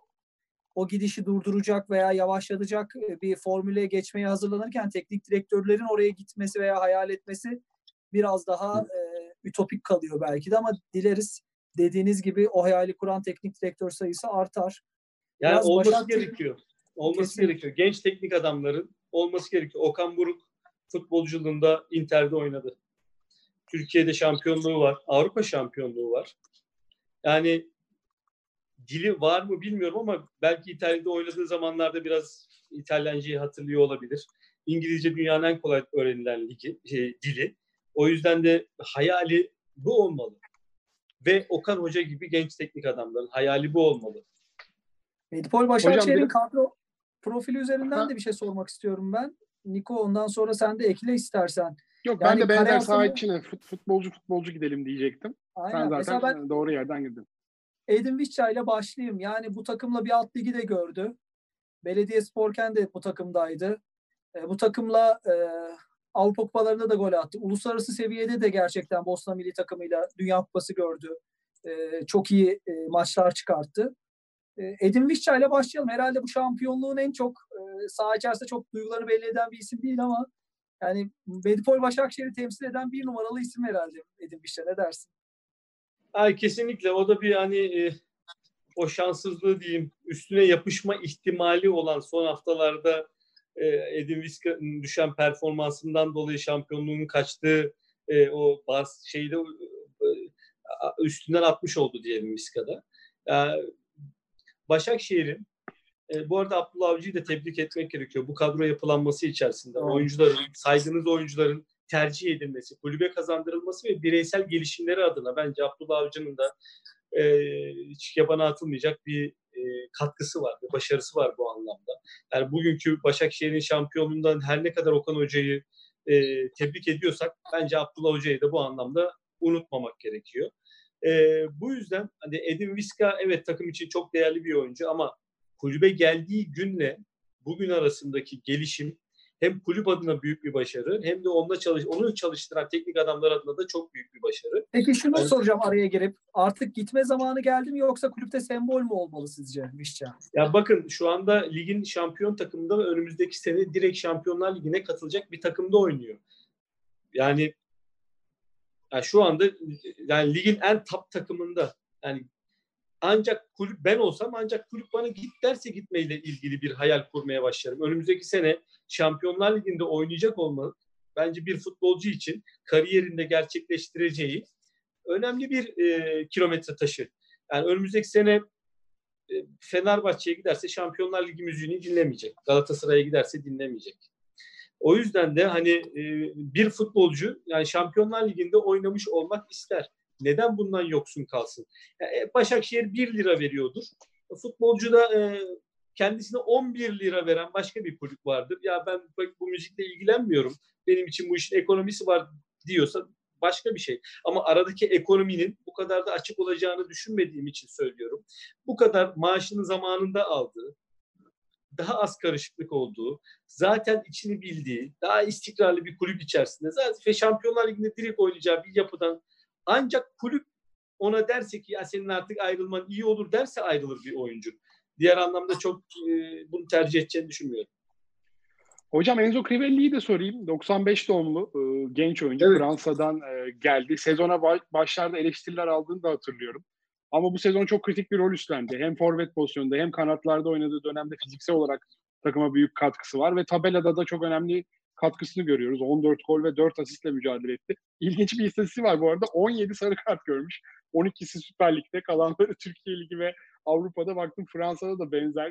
o gidişi durduracak veya yavaşlatacak bir formüle geçmeye hazırlanırken teknik direktörlerin oraya gitmesi veya hayal etmesi biraz daha ütopik kalıyor belki de, ama dileriz dediğiniz gibi o hayali kuran teknik direktör sayısı artar.
Yani biraz olması gerekiyor. Olması gerekiyor. Genç teknik adamların olması gerekiyor. Okan Buruk futbolculuğunda Inter'de oynadı. Türkiye'de şampiyonluğu var. Avrupa şampiyonluğu var. Yani dili var mı bilmiyorum ama belki İtalya'da oynadığı zamanlarda biraz İtalyancayı hatırlıyor olabilir. İngilizce dünyanın en kolay öğrenilen dili. O yüzden de hayali bu olmalı. Ve Okan Hoca gibi genç teknik adamların hayali bu olmalı.
Medipol Başakşehir'in kadro profili üzerinden de bir şey sormak istiyorum ben. Niko, ondan sonra sen de ekle istersen.
Yok, ben de benzer saha içine futbolcu gidelim diyecektim. Aynen. Sen zaten doğru yerden girdin.
Edin Visca ile başlayayım. Yani bu takımla bir alt ligi de gördü. Belediyesporken de bu takımdaydı. Bu takımla Avrupa Kupalarında da gol attı. Uluslararası seviyede de gerçekten Bosna milli takımıyla Dünya Kupası gördü. Çok iyi maçlar çıkarttı. Edin Visca ile başlayalım. Herhalde bu şampiyonluğun en çok saha içerisinde çok duygularını belli eden bir isim değil ama yani Medipol Başakşehir'i temsil eden bir numaralı isim herhalde Edin Visca. Ne dersin?
Ay, kesinlikle. O da bir o şanssızlığı diyeyim, üstüne yapışma ihtimali olan son haftalarda Edin Visca'nın düşen performansından dolayı şampiyonluğun kaçtığı o şeyde üstünden atmış oldu diyelim Visca'da. Başakşehir'in bu arada Abdullah Avcı'yı da tebrik etmek gerekiyor. Bu kadro yapılanması içerisinde oyuncuların, saydığınız oyuncuların tercih edilmesi, kulübe kazandırılması ve bireysel gelişimleri adına bence Abdullah Avcı'nın da hiç yabana atılmayacak bir katkısı var, bir başarısı var bu anlamda. Yani bugünkü Başakşehir'in şampiyonluğundan her ne kadar Okan Hoca'yı tebrik ediyorsak bence Abdullah Hoca'yı da bu anlamda unutmamak gerekiyor. Bu yüzden hani Edin Visca evet takım için çok değerli bir oyuncu ama kulübe geldiği günle bugün arasındaki gelişim hem kulüp adına büyük bir başarı hem de onu çalıştıran teknik adamlar adına da çok büyük bir başarı.
Peki şunu soracağım araya girip. Artık gitme zamanı geldi mi yoksa kulüpte sembol mü olmalı sizce Visca?
Ya bakın, şu anda ligin şampiyon takımında ve önümüzdeki sene direkt Şampiyonlar Ligi'ne katılacak bir takımda oynuyor. Yani şu anda yani ligin en top takımında. Yani ancak kulüp, ben olsam ancak kulüp bana git derse gitmeyle ilgili bir hayal kurmaya başlarım. Önümüzdeki sene Şampiyonlar Ligi'nde oynayacak olmak bence bir futbolcu için kariyerinde gerçekleştireceği önemli bir kilometre taşı. Yani önümüzdeki sene Fenerbahçe'ye giderse Şampiyonlar Ligi müziğini dinlemeyecek. Galatasaray'a giderse dinlemeyecek. O yüzden de hani bir futbolcu yani Şampiyonlar Ligi'nde oynamış olmak ister. Neden bundan yoksun kalsın? Yani Başakşehir 1 lira veriyordur. Futbolcu da kendisine 11 lira veren başka bir kulüp vardır. Ya ben bu müzikle ilgilenmiyorum. Benim için bu işin ekonomisi var diyorsa başka bir şey. Ama aradaki ekonominin bu kadar da açık olacağını düşünmediğim için söylüyorum. Bu kadar maaşını zamanında aldığı, daha az karışıklık olduğu, zaten içini bildiği, daha istikrarlı bir kulüp içerisinde, zaten Şampiyonlar Ligi'nde direkt oynayacağı bir yapıdan ancak kulüp ona derse ki ya senin artık ayrılman iyi olur derse ayrılır bir oyuncu. Diğer anlamda çok bunu tercih edeceğini düşünmüyorum.
Hocam Enzo Crivelli'yi de sorayım. 95 doğumlu genç oyuncu.
Evet.
Fransa'dan geldi. Sezona başlarda eleştiriler aldığını da hatırlıyorum. Ama bu sezon çok kritik bir rol üstlendi. Hem forvet pozisyonunda hem kanatlarda oynadığı dönemde fiziksel olarak takıma büyük katkısı var ve tabelada da çok önemli katkısını görüyoruz. 14 gol ve 4 asistle mücadele etti. İlginç bir istatistiği var bu arada. 17 sarı kart görmüş. 12'si Süper Lig'de, kalanları Türkiye Ligi ve Avrupa'da. Baktım Fransa'da da benzer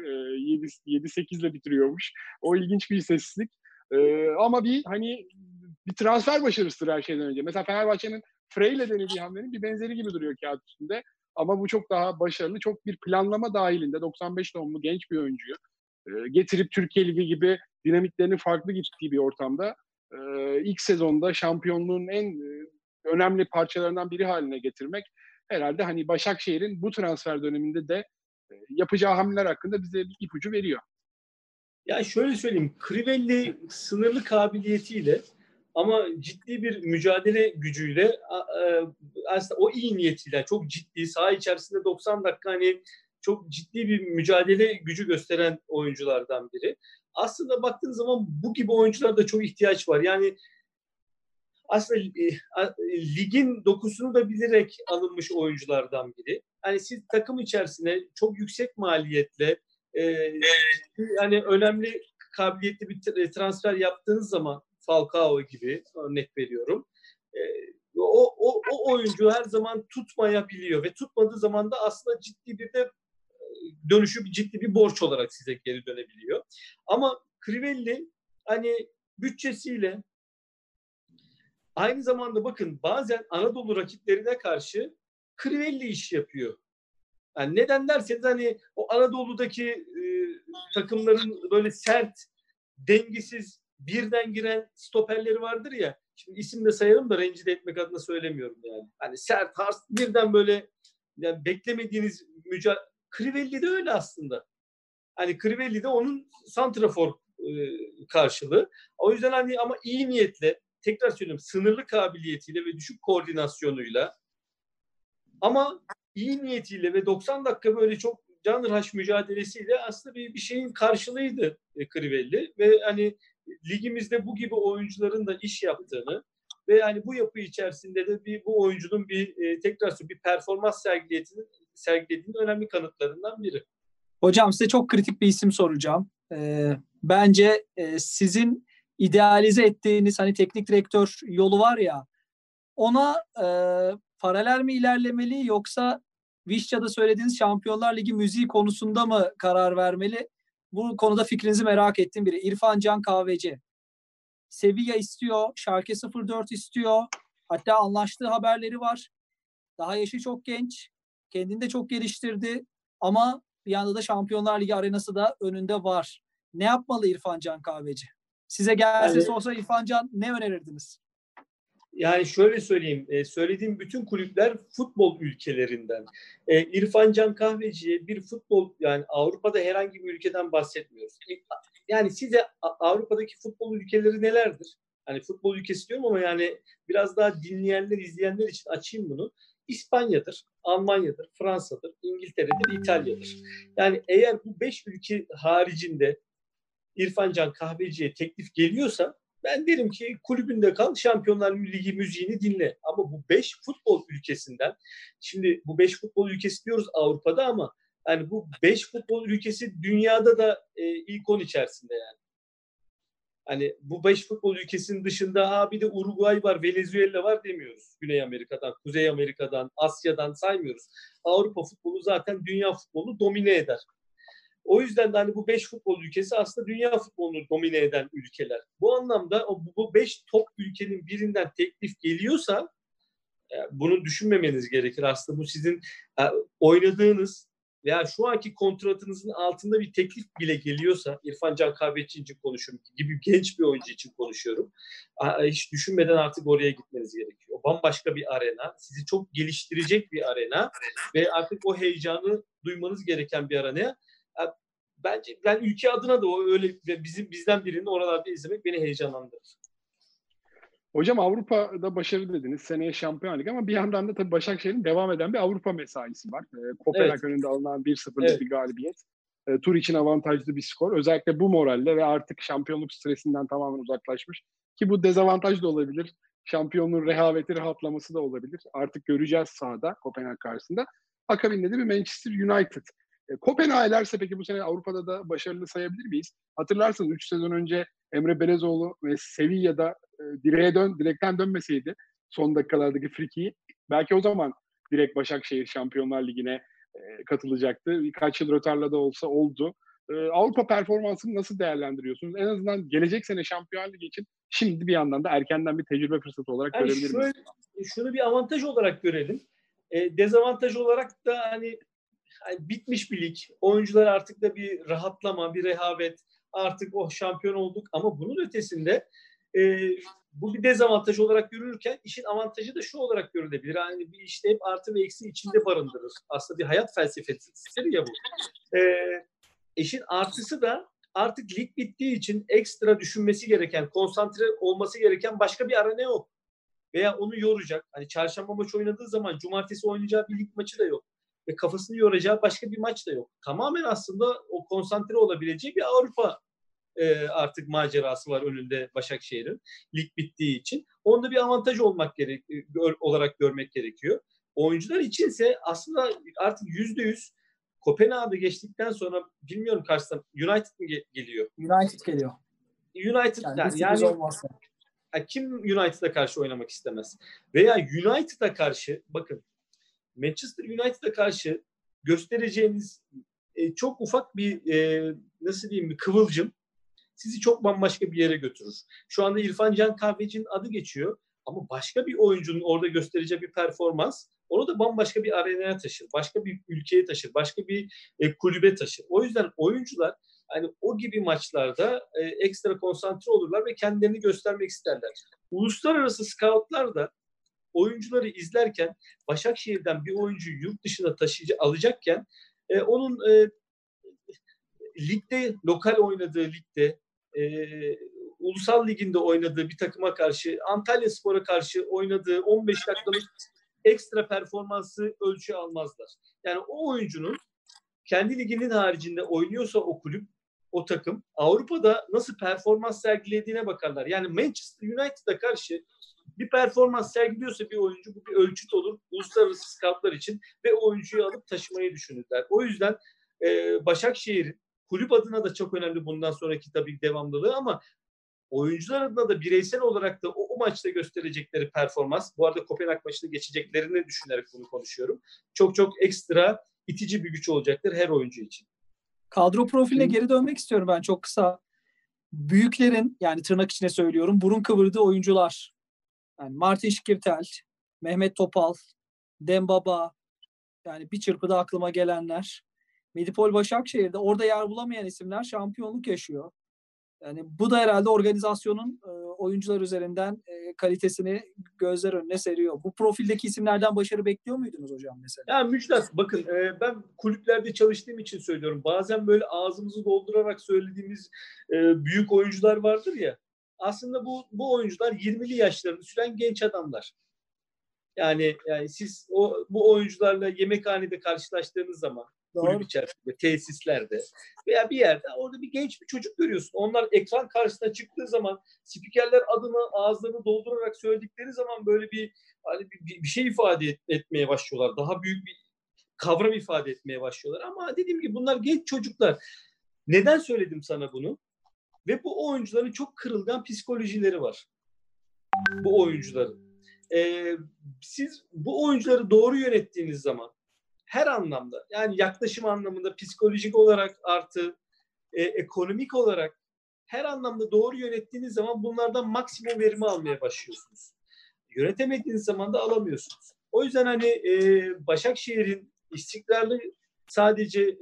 7-8 ile bitiriyormuş. O ilginç bir istatistik. Ama bir transfer başarısıdır her şeyden önce. Mesela Fenerbahçe'nin Freyle denediği hamlenin bir benzeri gibi duruyor kağıt üstünde. Ama bu çok daha başarılı, çok bir planlama dahilinde 95 doğumlu genç bir oyuncuyu getirip Türkiye Ligi gibi dinamiklerinin farklı gittiği bir ortamda ilk sezonda şampiyonluğun en önemli parçalarından biri haline getirmek herhalde Başakşehir'in bu transfer döneminde de yapacağı hamleler hakkında bize bir ipucu veriyor.
Ya şöyle söyleyeyim, Crivelli sınırlı kabiliyetiyle ama ciddi bir mücadele gücüyle aslında o iyi niyetiyle çok ciddi saha içerisinde 90 dakika çok ciddi bir mücadele gücü gösteren oyunculardan biri. Aslında baktığınız zaman bu gibi oyunculara çok ihtiyaç var. Yani aslında ligin dokusunu da bilerek alınmış oyunculardan biri. Yani siz takım içerisinde çok yüksek maliyetle önemli kabiliyetli bir transfer yaptığınız zaman Falcao gibi örnek veriyorum. O oyuncu her zaman tutmayabiliyor ve tutmadığı zaman da aslında ciddi bir de dönüşü ciddi bir borç olarak size geri dönebiliyor. Ama Crivelli bütçesiyle aynı zamanda bakın bazen Anadolu rakiplerine karşı Crivelli iş yapıyor. Yani neden derseniz o Anadolu'daki takımların böyle sert, dengesiz, birden giren stoperleri vardır ya. Şimdi isim de sayalım da rencide etmek adına söylemiyorum yani. Sert, hars, birden böyle beklemediğiniz Crivelli de öyle aslında. Crivelli de onun santrafor karşılığı. O yüzden ama iyi niyetle, tekrar söylüyorum, sınırlı kabiliyetiyle ve düşük koordinasyonuyla ama iyi niyetiyle ve 90 dakika böyle çok canhıraş mücadelesiyle aslında bir şeyin karşılığıydı Crivelli ve ligimizde bu gibi oyuncuların da iş yaptığını ve bu yapı içerisinde de bu oyuncunun tekrar bir performans sergilediğinin önemli kanıtlarından biri.
Hocam size çok kritik bir isim soracağım. Bence sizin idealize ettiğiniz teknik direktör yolu var ya, ona paralel mi ilerlemeli yoksa Vişça'da söylediğiniz Şampiyonlar Ligi müziği konusunda mı karar vermeli? Bu konuda fikrinizi merak ettiğim biri. İrfan Can Kahveci. Sevilla istiyor, Schalke 04 istiyor. Hatta anlaştığı haberleri var. Daha yaşı çok genç. Kendini de çok geliştirdi. Ama bir yanda da Şampiyonlar Ligi arenası da önünde var. Ne yapmalı İrfan Can Kahveci? Size gelse sorsa İrfan Can ne önerirdiniz?
Yani şöyle söyleyeyim, söylediğim bütün kulüpler futbol ülkelerinden. İrfan Can Kahveci'ye bir futbol, Avrupa'da herhangi bir ülkeden bahsetmiyoruz. Yani size Avrupa'daki futbol ülkeleri nelerdir? Futbol ülkesi diyorum ama biraz daha dinleyenler, izleyenler için açayım bunu. İspanya'dır, Almanya'dır, Fransa'dır, İngiltere'dir, İtalya'dır. Eğer bu 5 ülke haricinde İrfan Can Kahveci'ye teklif geliyorsa Ben derim ki kulübünde kal, Şampiyonlar Ligi müziğini dinle. Ama bu 5 futbol ülkesinden, şimdi bu 5 futbol ülkesi diyoruz Avrupa'da ama yani bu 5 futbol ülkesi dünyada da ilk 10 içerisinde yani. Hani bu 5 futbol ülkesinin dışında bir de Uruguay var, Venezuela var demiyoruz. Güney Amerika'dan, Kuzey Amerika'dan, Asya'dan saymıyoruz. Avrupa futbolu zaten dünya futbolunu domine eder. O yüzden de hani bu 5 futbol ülkesi aslında dünya futbolunu domine eden ülkeler. Bu anlamda bu 5 top ülkenin birinden teklif geliyorsa bunu düşünmemeniz gerekir. Aslında bu sizin oynadığınız veya şu anki kontratınızın altında bir teklif bile geliyorsa, İrfan Can Kahveci için konuşuyorum gibi genç bir oyuncu için konuşuyorum. Hiç düşünmeden artık oraya gitmeniz gerekiyor. Bambaşka bir arena, sizi çok geliştirecek bir arena ve artık o heyecanı duymanız gereken bir arena. Bence ben ülke adına da öyle bizden birinin oralarda izlemek beni heyecanlandırır.
Hocam Avrupa'da başarı dediniz. Seneye Şampiyon Lig ama bir yandan da tabii Başakşehir'in devam eden bir Avrupa mesaisi var. Kopenhag önünde alınan 1-0'lık bir galibiyet. Tur için avantajlı bir skor. Özellikle bu moralle ve artık şampiyonluk stresinden tamamen uzaklaşmış. Ki bu dezavantaj da olabilir. Şampiyonluğun rehaveti, rahatlaması da olabilir. Artık göreceğiz sahada Kopenhag karşısında. Akabinde de bir Manchester United. Kopenhag elerse peki bu sene Avrupa'da da başarılı sayabilir miyiz? Hatırlarsınız 3 sezon önce Emre Belezoğlu ve Sevilla'da direkten dönmeseydi son dakikalardaki frikiyi belki o zaman direkt Başakşehir Şampiyonlar Ligi'ne katılacaktı. Birkaç yıl rötarla da olsa oldu. Avrupa performansını nasıl değerlendiriyorsunuz? En azından gelecek sene Şampiyonlar Ligi için şimdi bir yandan da erkenden bir tecrübe fırsatı olarak görebilir miyiz?
Şunu bir avantaj olarak görelim. Dezavantaj olarak da hani bitmiş bir lig. Oyuncular artık da bir rahatlama, bir rehavet. Artık şampiyon olduk ama bunun ötesinde bu bir dezavantaj olarak görülürken işin avantajı da şu olarak görülebilir. Yani bir işte hep artı ve eksi içinde barındırır. Aslında bir hayat felsefesidir ya bu. İşin artısı da artık lig bittiği için ekstra düşünmesi gereken, konsantre olması gereken başka bir arena yok. Veya onu yoracak. Hani çarşamba maçı oynadığı zaman cumartesi oynayacağı bir lig maçı da yok. Ve kafasını yoracağı başka bir maç da yok. Tamamen aslında o konsantre olabileceği bir Avrupa artık macerası var önünde Başakşehir'in lig bittiği için. Onda bir avantaj olarak görmek gerekiyor. Oyuncular içinse aslında artık %100 Kopenhag'da geçtikten sonra bilmiyorum karşısında United mi geliyor?
United geliyor.
United yani kim United'a karşı oynamak istemez? Veya United'a karşı bakın Manchester United'a karşı göstereceğiniz çok ufak bir nasıl diyeyim bir kıvılcım sizi çok bambaşka bir yere götürür. Şu anda İrfan Can Kahveci'nin adı geçiyor ama başka bir oyuncunun orada göstereceği bir performans onu da bambaşka bir arenaya taşır. Başka bir ülkeye taşır. Başka bir kulübe taşır. O yüzden oyuncular hani o gibi maçlarda ekstra konsantre olurlar ve kendilerini göstermek isterler. Uluslararası scoutlar da oyuncuları izlerken Başakşehir'den bir oyuncuyu yurt dışına alacakken onun ligde, lokal oynadığı ligde ulusal liginde oynadığı bir takıma karşı Antalyaspor'a karşı oynadığı 15 dakikalık ekstra performansı ölçüye almazlar. Yani o oyuncunun kendi liginin haricinde oynuyorsa o kulüp, o takım Avrupa'da nasıl performans sergilediğine bakarlar. Yani Manchester United'a karşı bir performans sergiliyorsa bir oyuncu bu bir ölçüt olur uluslararası scoutlar için ve oyuncuyu alıp taşımayı düşünürler. O yüzden Başakşehir'in kulüp adına da çok önemli bundan sonraki tabii devamlılığı ama oyuncular adına da bireysel olarak da o maçta gösterecekleri performans, bu arada Kopenhag maçını geçeceklerini düşünerek bunu konuşuyorum. Çok çok ekstra itici bir güç olacaktır her oyuncu için.
Kadro profiline geri dönmek istiyorum ben çok kısa. Büyüklerin yani tırnak içine söylüyorum burun kıvırdığı oyuncular. Yani Martin Şikirtel, Mehmet Topal, Dembaba yani bir çırpıda aklıma gelenler. Medipol Başakşehir'de orada yer bulamayan isimler şampiyonluk yaşıyor. Yani bu da herhalde organizasyonun oyuncular üzerinden kalitesini gözler önüne seriyor. Bu profildeki isimlerden başarı bekliyor muydunuz hocam mesela?
Ya Müjdat bakın ben kulüplerde çalıştığım için söylüyorum. Bazen böyle ağzımızı doldurarak söylediğimiz büyük oyuncular vardır ya. Aslında bu oyuncular 20'li yaşlarını süren genç adamlar. Yani siz bu oyuncularla yemekhanede karşılaştığınız zaman kulüp içerisinde, tesislerde veya bir yerde orada bir genç bir çocuk görüyorsun. Onlar ekran karşısına çıktığı zaman spikerler adını ağızlarını doldurarak söyledikleri zaman böyle hani bir şey ifade etmeye başlıyorlar. Daha büyük bir kavram ifade etmeye başlıyorlar. Ama dediğim gibi bunlar genç çocuklar. Neden söyledim sana bunu? Ve bu oyuncuların çok kırılgan psikolojileri var. Bu oyuncuların. Siz bu oyuncuları doğru yönettiğiniz zaman her anlamda, yani yaklaşım anlamında, psikolojik olarak artı ekonomik olarak her anlamda doğru yönettiğiniz zaman bunlardan maksimum verimi almaya başlıyorsunuz. Yönetemediğiniz zaman da alamıyorsunuz. O yüzden hani Başakşehir'in istikrarlı sadece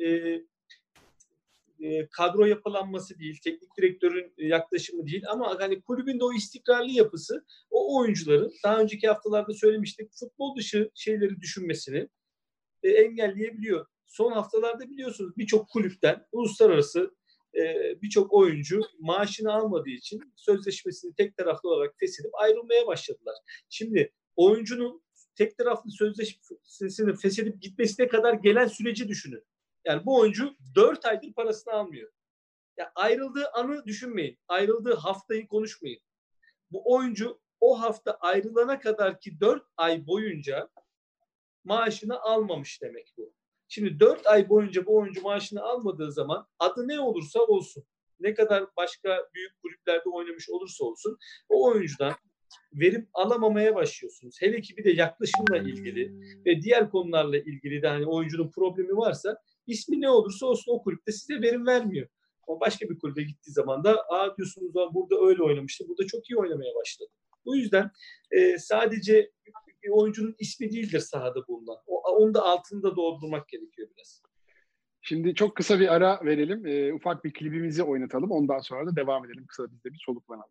kadro yapılanması değil, teknik direktörün yaklaşımı değil ama hani kulübün de o istikrarlı yapısı o oyuncuların daha önceki haftalarda söylemiştik futbol dışı şeyleri düşünmesini engelleyebiliyor. Son haftalarda biliyorsunuz birçok kulüpten uluslararası birçok oyuncu maaşını almadığı için sözleşmesini tek taraflı olarak feshedip ayrılmaya başladılar. Şimdi oyuncunun tek taraflı sözleşmesini feshedip gitmesine kadar gelen süreci düşünün. Yani bu oyuncu 4 aydır parasını almıyor. Yani ayrıldığı anı düşünmeyin. Ayrıldığı haftayı konuşmayın. Bu oyuncu o hafta ayrılana kadar ki 4 ay boyunca maaşını almamış demek bu. Şimdi 4 ay boyunca bu oyuncu maaşını almadığı zaman adı ne olursa olsun, ne kadar başka büyük kulüplerde oynamış olursa olsun o oyuncudan verim alamamaya başlıyorsunuz. Hele ki bir de yaklaşımla ilgili ve diğer konularla ilgili de hani oyuncunun problemi varsa ismi ne olursa olsun o kulüpte size verim vermiyor. Ama başka bir kulübe gittiği zaman da diyorsunuz burada öyle oynamıştı, burada çok iyi oynamaya başladı. Bu yüzden sadece bir oyuncunun ismi değildir sahada bulunan. Onu da altında doldurmak gerekiyor biraz.
Şimdi çok kısa bir ara verelim. Ufak bir klibimizi oynatalım. Ondan sonra da devam edelim. Kısa biz de bir soluklanalım.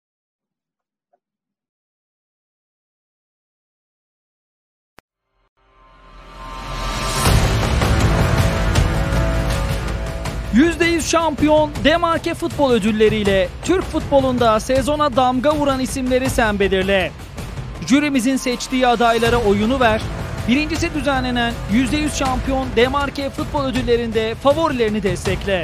%100 şampiyon Demarke Futbol Ödülleriyle Türk futbolunda sezona damga vuran isimleri sen belirle. Jürimizin seçtiği adaylara oyunu ver. Birincisi düzenlenen %100 şampiyon Demarke Futbol Ödülleri'nde favorilerini destekle.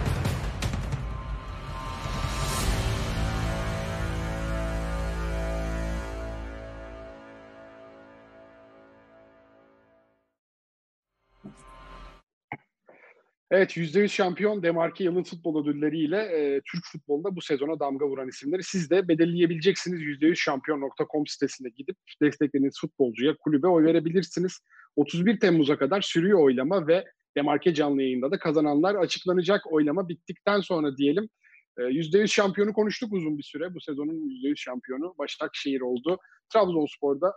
Evet, %100 şampiyon Demarke Yılın Futbol Ödülleri'yle Türk futbolunda bu sezona damga vuran isimleri siz de belirleyebileceksiniz. %100şampiyon.com sitesine gidip desteklediğiniz futbolcuya, kulübe oy verebilirsiniz. 31 Temmuz'a kadar sürüyor oylama ve Demarke canlı yayında da kazananlar açıklanacak. Oylama bittikten sonra diyelim. %100 şampiyonu konuştuk uzun bir süre. Bu sezonun %100 şampiyonu Başakşehir oldu. Trabzonspor'da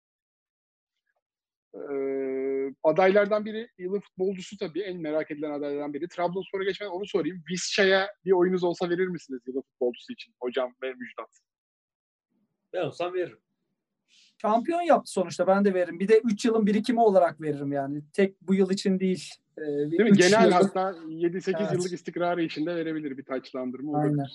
adaylardan biri, yılın futbolcusu tabii en merak edilen adaylardan biri. Trabzonspor'a geçmeden onu sorayım. Visca'ya bir oyunuz olsa verir misiniz yılın futbolcusu için hocam ve Müjdat?
Ben olsam veririm.
Şampiyon yaptı sonuçta, ben de veririm. Bir de 3 yılın birikimi olarak veririm yani. Tek bu yıl için değil.
Değil mi? Genel yıllık, hatta 7-8
evet,
yıllık istikrarı içinde verebilir bir taçlandırma olabilir.
Aynen.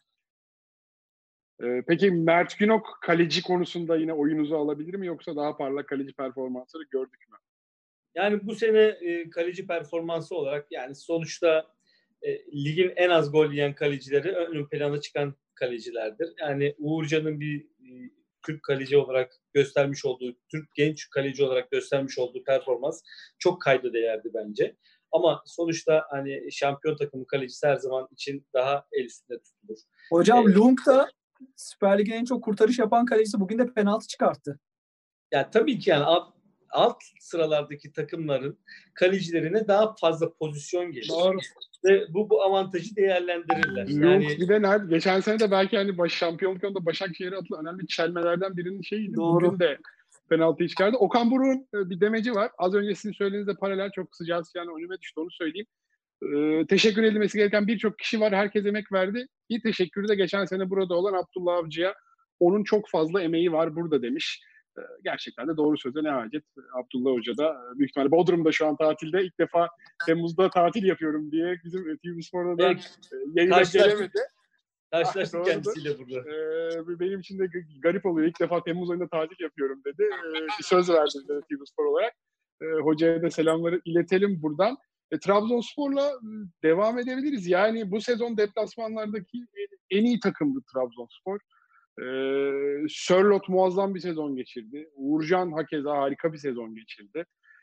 Peki Mert Günok kaleci konusunda yine oyunuzu alabilir mi yoksa daha parlak kaleci performansları gördük mü?
Yani bu sene kaleci performansı olarak yani sonuçta ligin en az gol yiyen kalecileri ön plana çıkan kalecilerdir. Yani Uğurcan'ın bir Türk kaleci olarak göstermiş olduğu, Türk genç kaleci olarak göstermiş olduğu performans çok kayda değerdi bence. Ama sonuçta hani şampiyon takımı kalecisi her zaman için daha el üstünde tutulur.
Hocam Lung da Süper Lig'in en çok kurtarış yapan kalecisi, bugün de penaltı çıkarttı.
Ya tabii ki yani alt sıralardaki takımların kalecilerine daha fazla pozisyon gelir.
Doğru.
Ve bu avantajı değerlendirirler.
Yani bir de geçen sene de belki hani şampiyonluk yolunda Başakşehir'e atılan önemli çelmelerden birinin şeyiydi.
Doğru.
Bugün de penaltıyı çıkardı. Okan Buruk'un bir demeci var. Az önce sizin söylediğinizde paralel, çok kısaca yani önüme düştü, onu söyleyeyim. Teşekkür edilmesi gereken birçok kişi var. Herkes emek verdi. Bir teşekkürü de geçen sene burada olan Abdullah Avcı'ya. Onun çok fazla emeği var burada demiş. Gerçekten de doğru söze ne hacet. Abdullah Hoca da büyük ihtimalle Bodrum'da şu an tatilde. İlk defa Temmuz'da tatil yapıyorum diye bizim TV Spor'da da yayına gelemedi.
Karşılaştık kendisiyle burada.
Benim için de garip oluyor. İlk defa Temmuz ayında tatil yapıyorum dedi. Bir söz verdi TV Spor olarak. Hocaya da selamları iletelim buradan. Trabzonspor'la devam edebiliriz. Yani bu sezon deplasmanlardaki en iyi takımdı Trabzonspor. Sörloth muazzam bir sezon geçirdi. Uğurcan hakeza harika bir sezon geçirdi.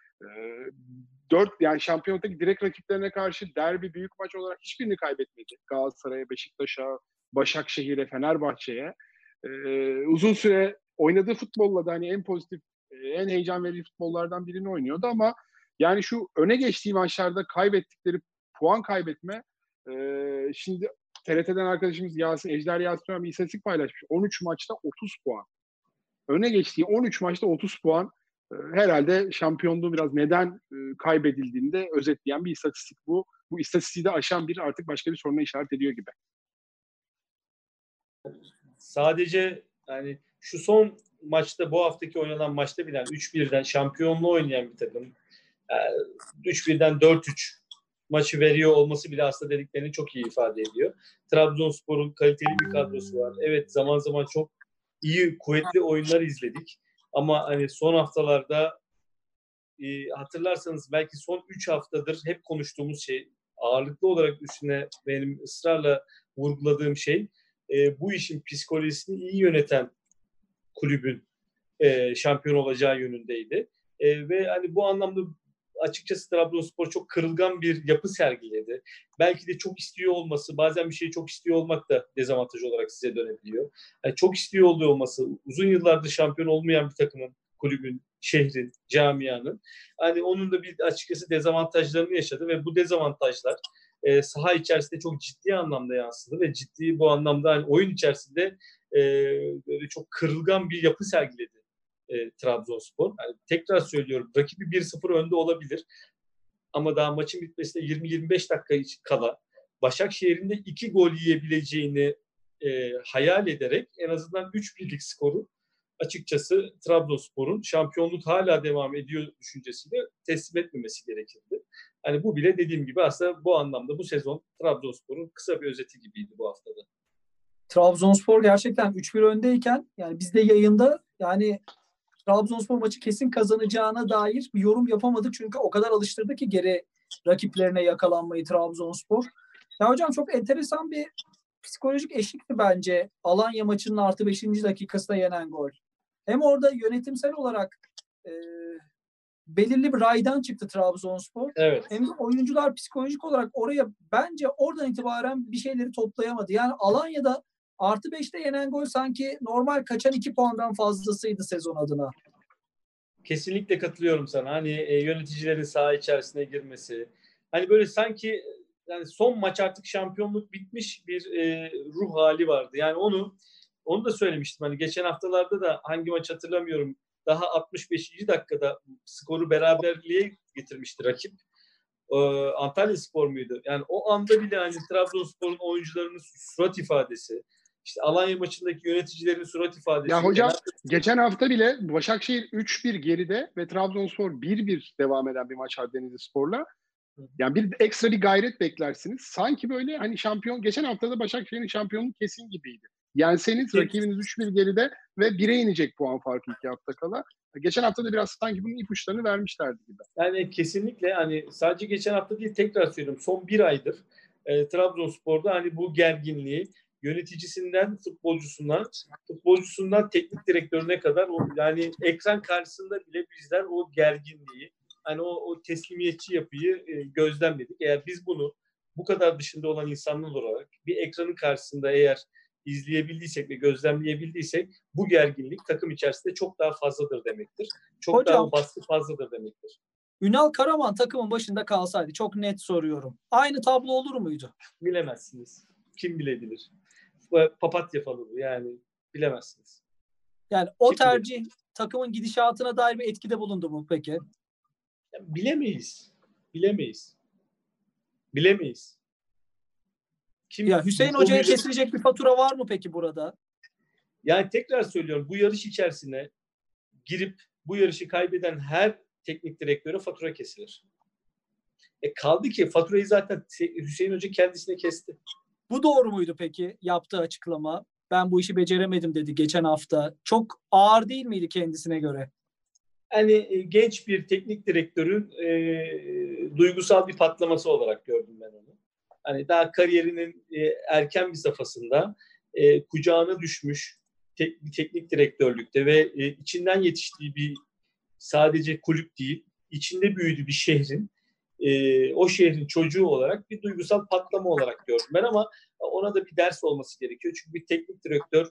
Yani şampiyonattaki direkt rakiplerine karşı derbi büyük maç olarak hiçbirini kaybetmedi. Galatasaray'a, Beşiktaş'a, Başakşehir'e, Fenerbahçe'ye. Uzun süre oynadığı futbolla da hani en pozitif, en heyecan verici futbollardan birini oynuyordu ama yani şu öne geçtiği maçlarda kaybettikleri puan kaybetme, şimdi TRT'den arkadaşımız Ejder Yasin bir istatistik paylaşmış. 13 maçta 30 puan. Öne geçtiği 13 maçta 30 puan herhalde şampiyonluğu biraz neden kaybedildiğini de özetleyen bir istatistik bu. Bu istatistiği de aşan bir artık başka bir soruna işaret ediyor gibi.
Sadece yani şu son maçta, bu haftaki oynanan maçta bile 3-1'den şampiyonluğu oynayan bir takım. 3-1'den 4-3 maçı veriyor olması bile aslında dediklerini çok iyi ifade ediyor. Trabzonspor'un kaliteli bir kadrosu var. Evet, zaman zaman çok iyi, kuvvetli oyunlar izledik. Ama hani son haftalarda hatırlarsanız belki son 3 haftadır hep konuştuğumuz şey, ağırlıklı olarak üstüne benim ısrarla vurguladığım şey, bu işin psikolojisini iyi yöneten kulübün şampiyon olacağı yönündeydi. Ve hani bu anlamda açıkçası Trabzonspor çok kırılgan bir yapı sergiledi. Belki de çok istiyor olması, bazen bir şeyi çok istiyor olmak da dezavantaj olarak size dönebiliyor. Yani çok istiyor oluyor olması, uzun yıllardır şampiyon olmayan bir takımın, kulübün, şehrin, camianın, hani onun da bir açıkçası dezavantajlarını yaşadı ve bu dezavantajlar saha içerisinde çok ciddi anlamda yansıdı ve ciddi bu anlamda hani oyun içerisinde böyle çok kırılgan bir yapı sergiledi Trabzonspor. Yani tekrar söylüyorum, rakibi 1-0 önde olabilir. Ama daha maçın bitmesine 20-25 dakika kala Başakşehir'in de 2 gol yiyebileceğini hayal ederek en azından 3-1'lik skoru açıkçası Trabzonspor'un şampiyonluk hala devam ediyor düşüncesiyle teslim etmemesi gerekirdi. Hani bu bile dediğim gibi aslında bu anlamda bu sezon Trabzonspor'un kısa bir özeti gibiydi bu haftada.
Trabzonspor gerçekten 3-1 öndeyken yani biz de yayında yani Trabzonspor maçı kesin kazanacağına dair bir yorum yapamadık. Çünkü o kadar alıştırdı ki geri rakiplerine yakalanmayı Trabzonspor. Ya hocam çok enteresan bir psikolojik eşlikti bence. Alanya maçının artı 5. dakikasında yenen gol. Hem orada yönetimsel olarak belirli bir raydan çıktı Trabzonspor.
Evet.
Hem de oyuncular psikolojik olarak oraya bence oradan itibaren bir şeyleri toplayamadı. Yani Alanya'da artı 5'te yenen gol sanki normal kaçan 2 puandan fazlasıydı sezon adına.
Kesinlikle katılıyorum sana. Hani yöneticilerin saha içerisine girmesi. Hani böyle sanki yani son maç artık şampiyonluk bitmiş bir ruh hali vardı. Yani onu da söylemiştim. Hani geçen haftalarda da hangi maç hatırlamıyorum. Daha 65. dakikada skoru beraberliğe getirmişti rakip. Antalyaspor muydu? Yani o anda bile hani Trabzonspor'un oyuncularının surat ifadesi, işte Alanya maçındaki yöneticilerin surat ifadesi.
Ya hocam geçen hafta bile Başakşehir 3-1 geride ve Trabzonspor 1-1 devam eden bir maç var Denizlispor'la. Yani bir ekstra bir gayret beklersiniz. Sanki böyle hani geçen haftada Başakşehir'in şampiyonluğu kesin gibiydi. Yenseniz rakibiniz 3-1 geride ve 1'e inecek puan farkı 2 hafta kala. Geçen hafta da biraz sanki bunun ipuçlarını vermişlerdi gibi.
Yani kesinlikle hani sadece geçen hafta değil, tekrar söylüyorum, son bir aydır Trabzonspor'da hani bu gerginliği yöneticisinden futbolcusundan teknik direktörüne kadar yani ekran karşısında bile bizler o gerginliği, hani o teslimiyetçi yapıyı gözlemledik. Eğer biz bunu bu kadar dışında olan insanlar olarak bir ekranın karşısında eğer izleyebildiysek ve gözlemleyebildiysek bu gerginlik takım içerisinde çok daha fazladır demektir. Çok
hocam,
daha baskı fazladır demektir.
Ünal Karaman takımın başında kalsaydı, çok net soruyorum, aynı tablo olur muydu?
Bilemezsiniz. Kim bilebilir? Papatya falı bu, yani bilemezsiniz.
Yani o tercih takımın gidişatına dair bir etkide bulundu mu peki?
Yani bilemeyiz.
Ya Hüseyin Hoca'ya kesilecek bir fatura var mı peki burada?
Yani tekrar söylüyorum, bu yarış içerisine girip bu yarışı kaybeden her teknik direktöre fatura kesilir. Kaldı ki faturayı zaten Hüseyin Hoca kendisine kesti.
Bu doğru muydu peki yaptığı açıklama? Ben bu işi beceremedim dedi geçen hafta. Çok ağır değil miydi kendisine göre?
Yani genç bir teknik direktörün duygusal bir patlaması olarak gördüm ben onu. Hani daha kariyerinin erken bir safhasında kucağına düşmüş bir teknik direktörlükte ve içinden yetiştiği bir sadece kulüp değil, içinde büyüdüğü bir şehrin, o şehrin çocuğu olarak bir duygusal patlama olarak gördüm ben, ama ona da bir ders olması gerekiyor. Çünkü bir teknik direktör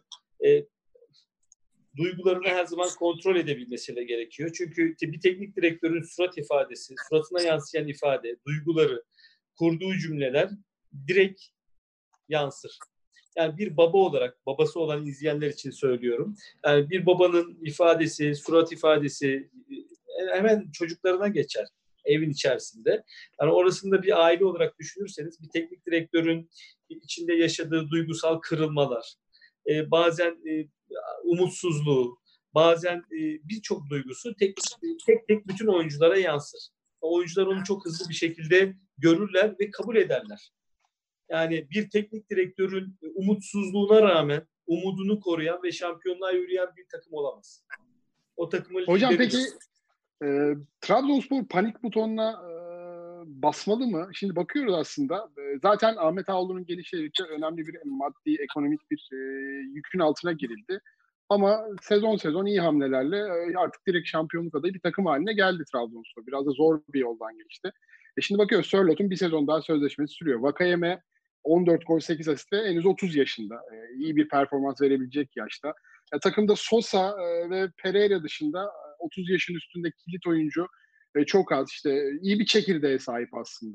duygularını her zaman kontrol edebilmesi de gerekiyor. Çünkü bir teknik direktörün surat ifadesi, suratına yansıyan ifade, duyguları, kurduğu cümleler direkt yansır. Yani bir baba olarak, babası olan izleyenler için söylüyorum. Yani bir babanın ifadesi, surat ifadesi hemen çocuklarına geçer evin içerisinde. Yani orasında bir aile olarak düşünürseniz bir teknik direktörün içinde yaşadığı duygusal kırılmalar, bazen umutsuzluğu, bazen birçok duygusu tek tek bütün oyunculara yansır. Oyuncular onu çok hızlı bir şekilde görürler ve kabul ederler. Yani bir teknik direktörün umutsuzluğuna rağmen umudunu koruyan ve şampiyonluğa yürüyen bir takım olamaz. O takımın
Hocam
lideridir.
peki Trabzonspor panik butonuna basmalı mı? Şimdi bakıyoruz aslında. Zaten Ahmet Ağoğlu'nun gelişiyle önemli bir maddi, ekonomik bir yükün altına girildi. Ama sezon iyi hamlelerle artık direkt şampiyonluk adayı bir takım haline geldi Trabzonspor. Biraz da zor bir yoldan geçti. Şimdi bakıyoruz Sörlot'un bir sezon daha sözleşmesi sürüyor. Vakayeme 14 gol 8 asiste henüz 30 yaşında. İyi bir performans verebilecek yaşta. Takımda Sosa ve Pereira dışında 30 yaşın üstünde kilit oyuncu çok az. İşte iyi bir çekirdeğe sahip aslında.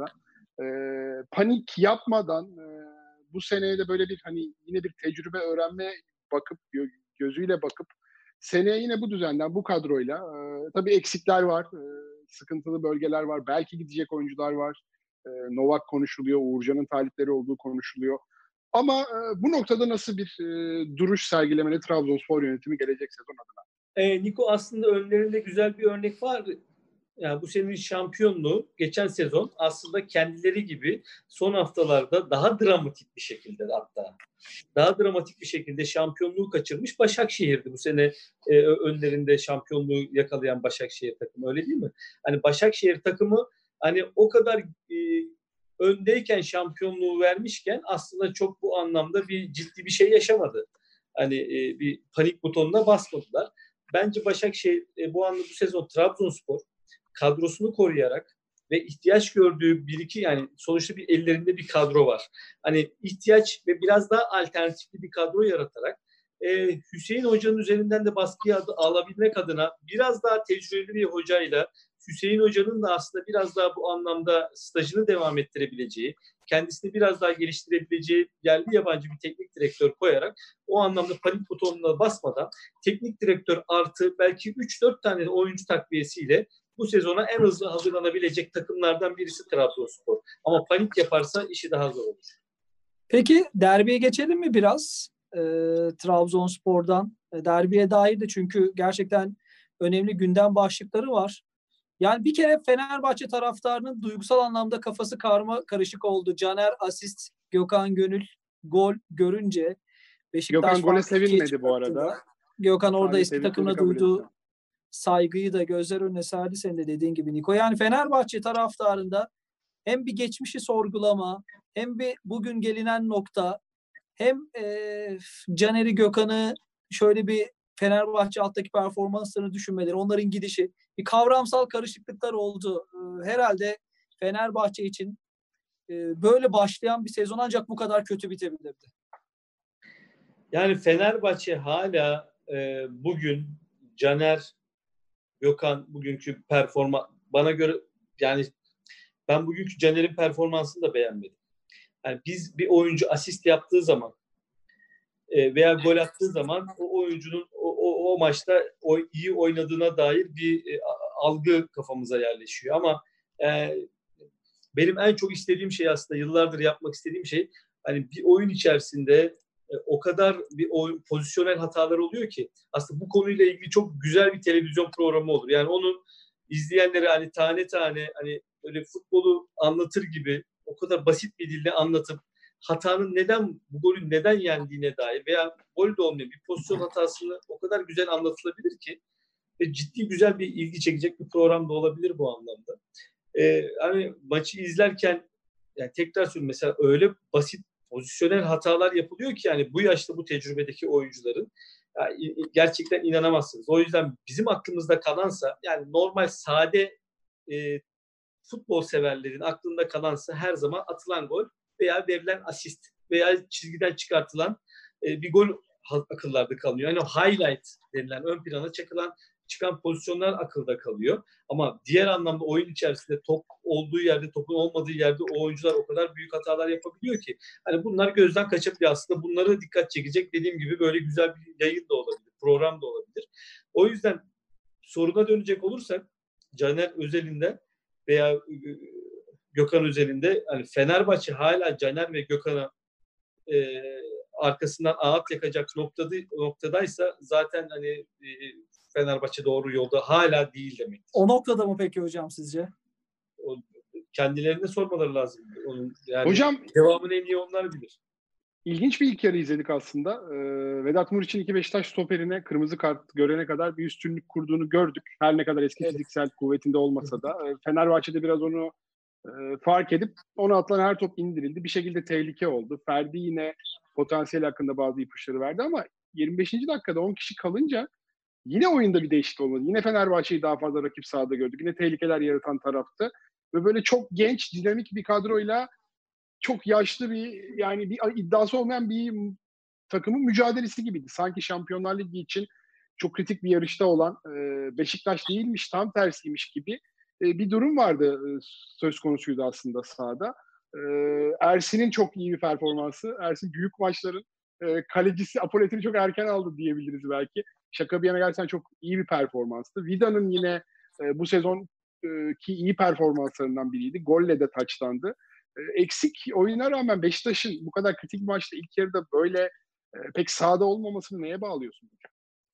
Panik yapmadan bu seneye de böyle bir hani yine bir tecrübe öğrenme bakıp gözüyle bakıp seneye yine bu düzenden bu kadroyla tabii eksikler var. Sıkıntılı bölgeler var. Belki gidecek oyuncular var. Novak konuşuluyor. Uğurcan'ın talipleri olduğu konuşuluyor. Ama bu noktada nasıl bir duruş sergilemeli Trabzonspor yönetimi gelecek sezon adına?
Niko, aslında önlerinde güzel bir örnek var. Yani bu senenin şampiyonluğu geçen sezon aslında kendileri gibi son haftalarda daha dramatik bir şekilde, hatta daha dramatik bir şekilde şampiyonluğu kaçırmış Başakşehir'di bu sene önlerinde şampiyonluğu yakalayan Başakşehir takımı, öyle değil mi? Hani Başakşehir takımı hani o kadar öndeyken şampiyonluğu vermişken aslında çok bu anlamda bir ciddi bir şey yaşamadı. Hani bir panik butonuna basmadılar. Bence Başakşehir bu anlamda bu sezon Trabzonspor kadrosunu koruyarak ve ihtiyaç gördüğü bir iki, yani sonuçta bir ellerinde bir kadro var. Hani ihtiyaç ve biraz daha alternatifli bir kadro yaratarak Hüseyin Hoca'nın üzerinden de baskıyı alabilmek adına biraz daha tecrübeli bir hocayla Hüseyin Hoca'nın da aslında biraz daha bu anlamda stajını devam ettirebileceği, kendisini biraz daha geliştirebileceği yerli yabancı bir teknik direktör koyarak o anlamda panik butonuna basmadan teknik direktör artı belki 3-4 tane oyuncu takviyesiyle bu sezona en hızlı hazırlanabilecek takımlardan birisi Trabzonspor. Ama panik yaparsa işi daha zor olur.
Peki derbiye geçelim mi biraz? Trabzonspor'dan. Derbiye dair de çünkü gerçekten önemli gündem başlıkları var. Yani bir kere Fenerbahçe taraftarının duygusal anlamda kafası karma karışık oldu. Caner asist, Gökhan Gönül gol görünce Beşiktaş
Gökhan gole
farkı ikiye
sevinmedi bu arada.
çıkarttığında Gökhan orada eski takımına duyduğu saygıyı da gözler önüne serdi, senin de dediğin gibi Niko. Yani Fenerbahçe taraftarında hem bir geçmişi sorgulama, hem bir bugün gelinen nokta, hem Caner'i, Gökhan'ı şöyle bir Fenerbahçe alttaki performanslarını düşünmeleri, onların gidişi, bir kavramsal karışıklıklar oldu. Herhalde Fenerbahçe için böyle başlayan bir sezon ancak bu kadar kötü bitebilirdi.
Yani Fenerbahçe hala bugün Caner, Gökhan bugünkü performans bana göre, yani ben bugünkü Caner'in performansını da beğenmedim. Yani biz bir oyuncu asist yaptığı zaman veya gol attığı zaman o oyuncunun o maçta iyi oynadığına dair bir algı kafamıza yerleşiyor. Ama benim en çok istediğim şey, aslında yıllardır yapmak istediğim şey, hani bir oyun içerisinde o kadar bir pozisyonel hatalar oluyor ki aslında bu konuyla ilgili çok güzel bir televizyon programı olur. Yani onu izleyenlere hani tane tane, hani öyle futbolu anlatır gibi o kadar basit bir dille anlatıp hatanın neden, bu golün neden yendiğine dair veya gol de olmayan bir pozisyon hatasını o kadar güzel anlatılabilir ki ciddi güzel bir ilgi çekecek bir program da olabilir bu anlamda. Hani maçı izlerken yani tekrar söyleyeyim mesela öyle basit pozisyonel hatalar yapılıyor ki yani bu yaşta bu tecrübedeki oyuncuların yani gerçekten inanamazsınız. O yüzden bizim aklımızda kalansa yani normal sade futbol severlerin aklında kalansa her zaman atılan gol veya verilen asist veya çizgiden çıkartılan bir gol akıllarda kalıyor. Yani highlight denilen ön plana çıkan pozisyonlar akılda kalıyor. Ama diğer anlamda oyun içerisinde top olduğu yerde, topun olmadığı yerde o oyuncular o kadar büyük hatalar yapabiliyor ki. Hani bunlar gözden kaçabiliyor. Aslında bunlara dikkat çekecek dediğim gibi böyle güzel bir yayın da olabilir, program da olabilir. O yüzden soruna dönecek olursak Caner özelinde veya Gökhan özelinde hani Fenerbahçe hala Caner ve Gökhan'a arkasından ağıt yakacak noktadaysa zaten hani Fenerbahçe doğru yolda hala değil demek.
O noktada mı peki hocam sizce?
Kendilerine sormaları lazım. Onun yani
hocam
devamını en iyi onlar bilir.
İlginç bir ilk yarı izledik aslında. Vedat Muriç'in iki Beşiktaş stoperine kırmızı kart görene kadar bir üstünlük kurduğunu gördük. Her ne kadar eski fiziksel kuvvetinde olmasa da. Fenerbahçe'de biraz onu fark edip ona atılan her top indirildi. Bir şekilde tehlike oldu. Ferdi yine potansiyel hakkında bazı ipuçları verdi ama 25. dakikada 10 kişi kalınca yine oyunda bir değişiklik olmadı. Yine Fenerbahçe'yi daha fazla rakip sahada gördük. Yine tehlikeler yaratan taraftı. Ve böyle çok genç, dinamik bir kadroyla çok yaşlı bir iddiası olmayan bir takımın mücadelesi gibiydi. Sanki Şampiyonlar Ligi için çok kritik bir yarışta olan Beşiktaş değilmiş, tam tersiymiş gibi bir durum vardı söz konusuydu aslında sahada. Ersin'in çok iyi bir performansı. Ersin büyük maçların kalecisi Apolet'ini çok erken aldı diyebiliriz belki. Şaka bir yana gerçekten çok iyi bir performanstı. Vida'nın yine bu sezon ki iyi performanslarından biriydi. Golle de taçlandı. Eksik oyuna rağmen Beşiktaş'ın bu kadar kritik bir maçta ilk yarıda böyle pek sahada olmamasını neye bağlıyorsun hocam?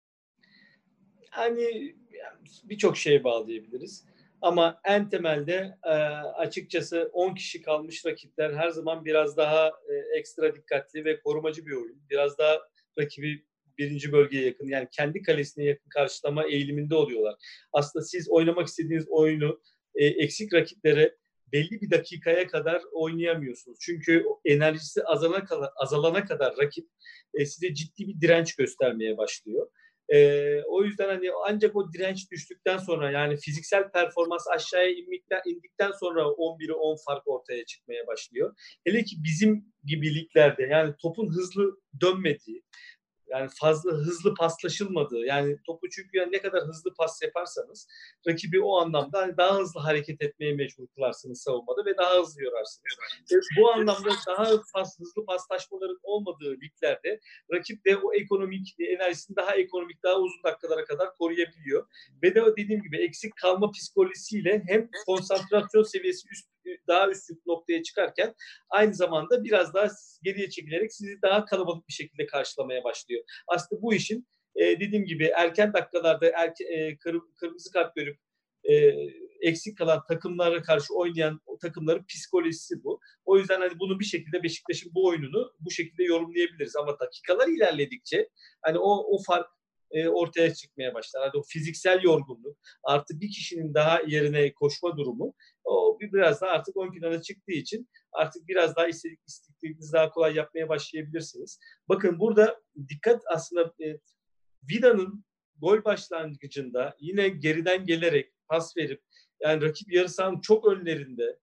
Hani birçok şeye bağlayabiliriz. Ama en temelde açıkçası 10 kişi kalmış rakipler her zaman biraz daha ekstra dikkatli ve korumacı bir oyun. Biraz daha rakibi birinci bölgeye yakın yani kendi kalesine yakın karşılama eğiliminde oluyorlar. Aslında siz oynamak istediğiniz oyunu eksik rakiplere belli bir dakikaya kadar oynayamıyorsunuz. Çünkü enerjisi azalana kadar rakip size ciddi bir direnç göstermeye başlıyor. O yüzden hani ancak o direnç düştükten sonra yani fiziksel performans aşağıya indikten sonra 11'e 10 fark ortaya çıkmaya başlıyor. Hele ki bizim gibi liglerde yani topun hızlı dönmediği, yani fazla hızlı paslaşılmadığı, yani topu çünkü yani ne kadar hızlı pas yaparsanız rakibi o anlamda hani daha hızlı hareket etmeye mecbur kılarsınız savunmada ve daha hızlı yorarsınız. Bu anlamda daha hızlı paslaşmaların olmadığı liglerde rakip de o ekonomik enerjisini daha ekonomik, daha uzun dakikalara kadar koruyabiliyor. Ve de dediğim gibi eksik kalma psikolojisiyle hem konsantrasyon seviyesi daha üst noktaya çıkarken aynı zamanda biraz daha geriye çekilerek sizi daha kalabalık bir şekilde karşılamaya başlıyor. Aslında bu işin dediğim gibi erken dakikalarda kırmızı kart görüp eksik kalan takımlara karşı oynayan o takımların psikolojisi bu. O yüzden hani bunu bir şekilde Beşiktaş'ın bu oyununu bu şekilde yorumlayabiliriz. Ama dakikalar ilerledikçe hani o fark ortaya çıkmaya başlar. Hani o fiziksel yorgunluk, artı bir kişinin daha yerine koşma durumu o biraz daha artık ön plana çıktığı için artık biraz daha istediğiniz daha kolay yapmaya başlayabilirsiniz. Bakın burada dikkat aslında Vida'nın gol başlangıcında yine geriden gelerek pas verip yani rakip yarı sahanın çok önlerinde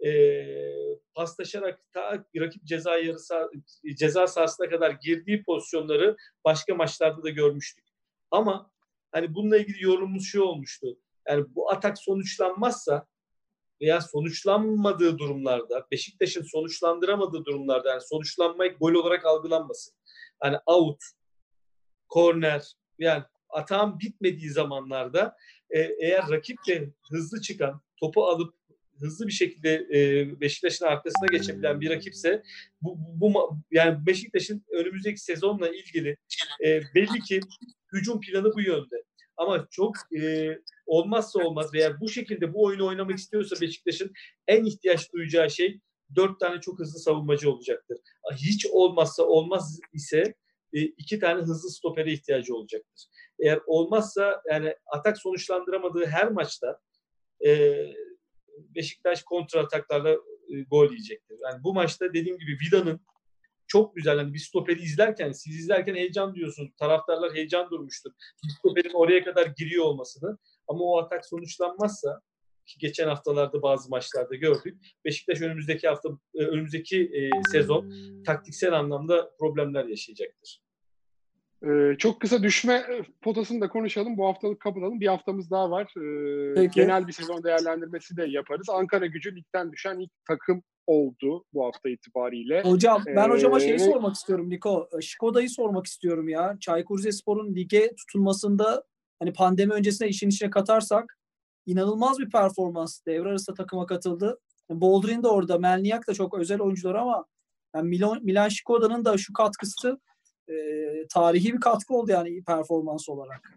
paslaşarak ta rakip ceza sahasına kadar girdiği pozisyonları başka maçlarda da görmüştük. Ama hani bununla ilgili yorumumuz şu olmuştu. Yani bu atak sonuçlanmazsa veya sonuçlanmadığı durumlarda, Beşiktaş'ın sonuçlandıramadığı durumlarda yani sonuçlanmayı gol olarak algılanmasın. Yani out, korner yani atağın bitmediği zamanlarda eğer rakip de hızlı çıkan, topu alıp hızlı bir şekilde Beşiktaş'ın arkasına geçebilen bir rakipse bu yani Beşiktaş'ın önümüzdeki sezonla ilgili belli ki hücum planı bu yönde. Ama çok olmazsa olmaz veya bu şekilde bu oyunu oynamak istiyorsa Beşiktaş'ın en ihtiyaç duyacağı şey 4 tane çok hızlı savunmacı olacaktır. Hiç olmazsa olmaz ise 2 tane hızlı stopere ihtiyacı olacaktır. Eğer olmazsa yani atak sonuçlandıramadığı her maçta Beşiktaş kontra ataklarla gol yiyecektir. Yani bu maçta dediğim gibi Vida'nın çok güzel, hani bir stoperi izlerken, siz izlerken heyecan duyuyorsunuz. Taraftarlar heyecan durmuştur. Bir stoperin oraya kadar giriyor olmasını. Ama o atak sonuçlanmazsa, ki geçen haftalarda bazı maçlarda gördük, Beşiktaş önümüzdeki sezon taktiksel anlamda problemler yaşayacaktır.
Çok kısa düşme potasını da konuşalım. Bu haftalık kapatalım. Bir haftamız daha var.
Peki.
Genel bir sezon değerlendirmesi de yaparız. Ankaragücü ligden düşen ilk takım oldu bu hafta itibariyle.
Hocam ben hocama şeyi sormak istiyorum Niko. Şkoda'yı sormak istiyorum ya. Çaykur Rizespor'un lige tutunmasında hani pandemi öncesinde işin içine katarsak inanılmaz bir performans. Devre arası takıma katıldı. Boldrin de orada. Melniak da çok özel oyuncular ama yani Milan Škoda'nın da şu katkısı tarihi bir katkı oldu yani performans olarak.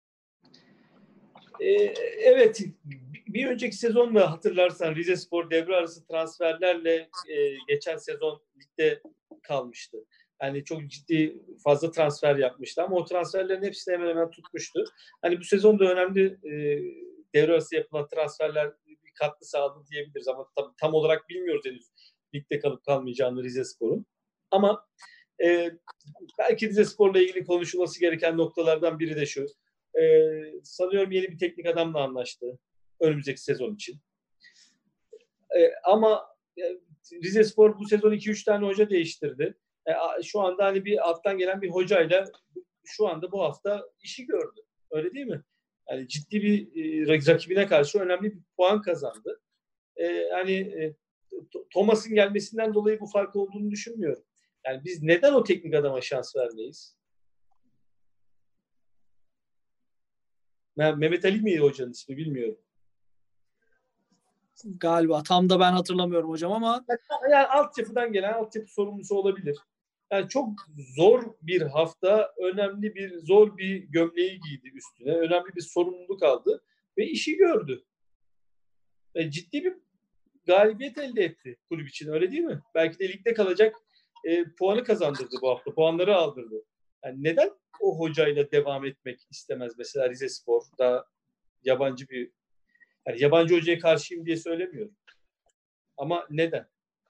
Evet, bir önceki sezonda hatırlarsan Rizespor devre arası transferlerle geçen sezon ligde kalmıştı. Yani çok ciddi fazla transfer yapmıştı ama o transferlerin hepsini hemen hemen tutmuştu. Hani bu sezonda önemli devre arası yapılan transferler bir katkı sağladı diyebiliriz ama tabii tam olarak bilmiyoruz henüz ligde kalıp kalmayacağını Rizespor'un. Ama belki Rizespor'la ilgili konuşulması gereken noktalardan biri de şu. Sanıyorum yeni bir teknik adamla anlaştı önümüzdeki sezon için. Ama Rizespor bu sezon 2-3 tane hoca değiştirdi. Şu anda hani bir alttan gelen bir hocayla şu anda bu hafta işi gördü. Öyle değil mi? Yani ciddi bir rakibine karşı önemli bir puan kazandı. Thomas'ın gelmesinden dolayı bu fark olduğunu düşünmüyorum. Yani biz neden o teknik adama şans vermeyiz? Mehmet Ali miydi hocanın ismi bilmiyorum.
Galiba. Tam da ben hatırlamıyorum hocam ama
yani altyapıdan gelen altyapı sorumlusu olabilir. Yani çok zor bir hafta, zor bir gömleği giydi üstüne. Önemli bir sorumluluk aldı ve işi gördü. Ciddi bir galibiyet elde etti kulüp için, öyle değil mi? Belki de ligde kalacak puanı kazandırdı bu hafta. Puanları aldırdı. Yani neden o hocayla devam etmek istemez mesela Rizespor'da yabancı hocaya karşıyım diye söylemiyorum. Ama neden?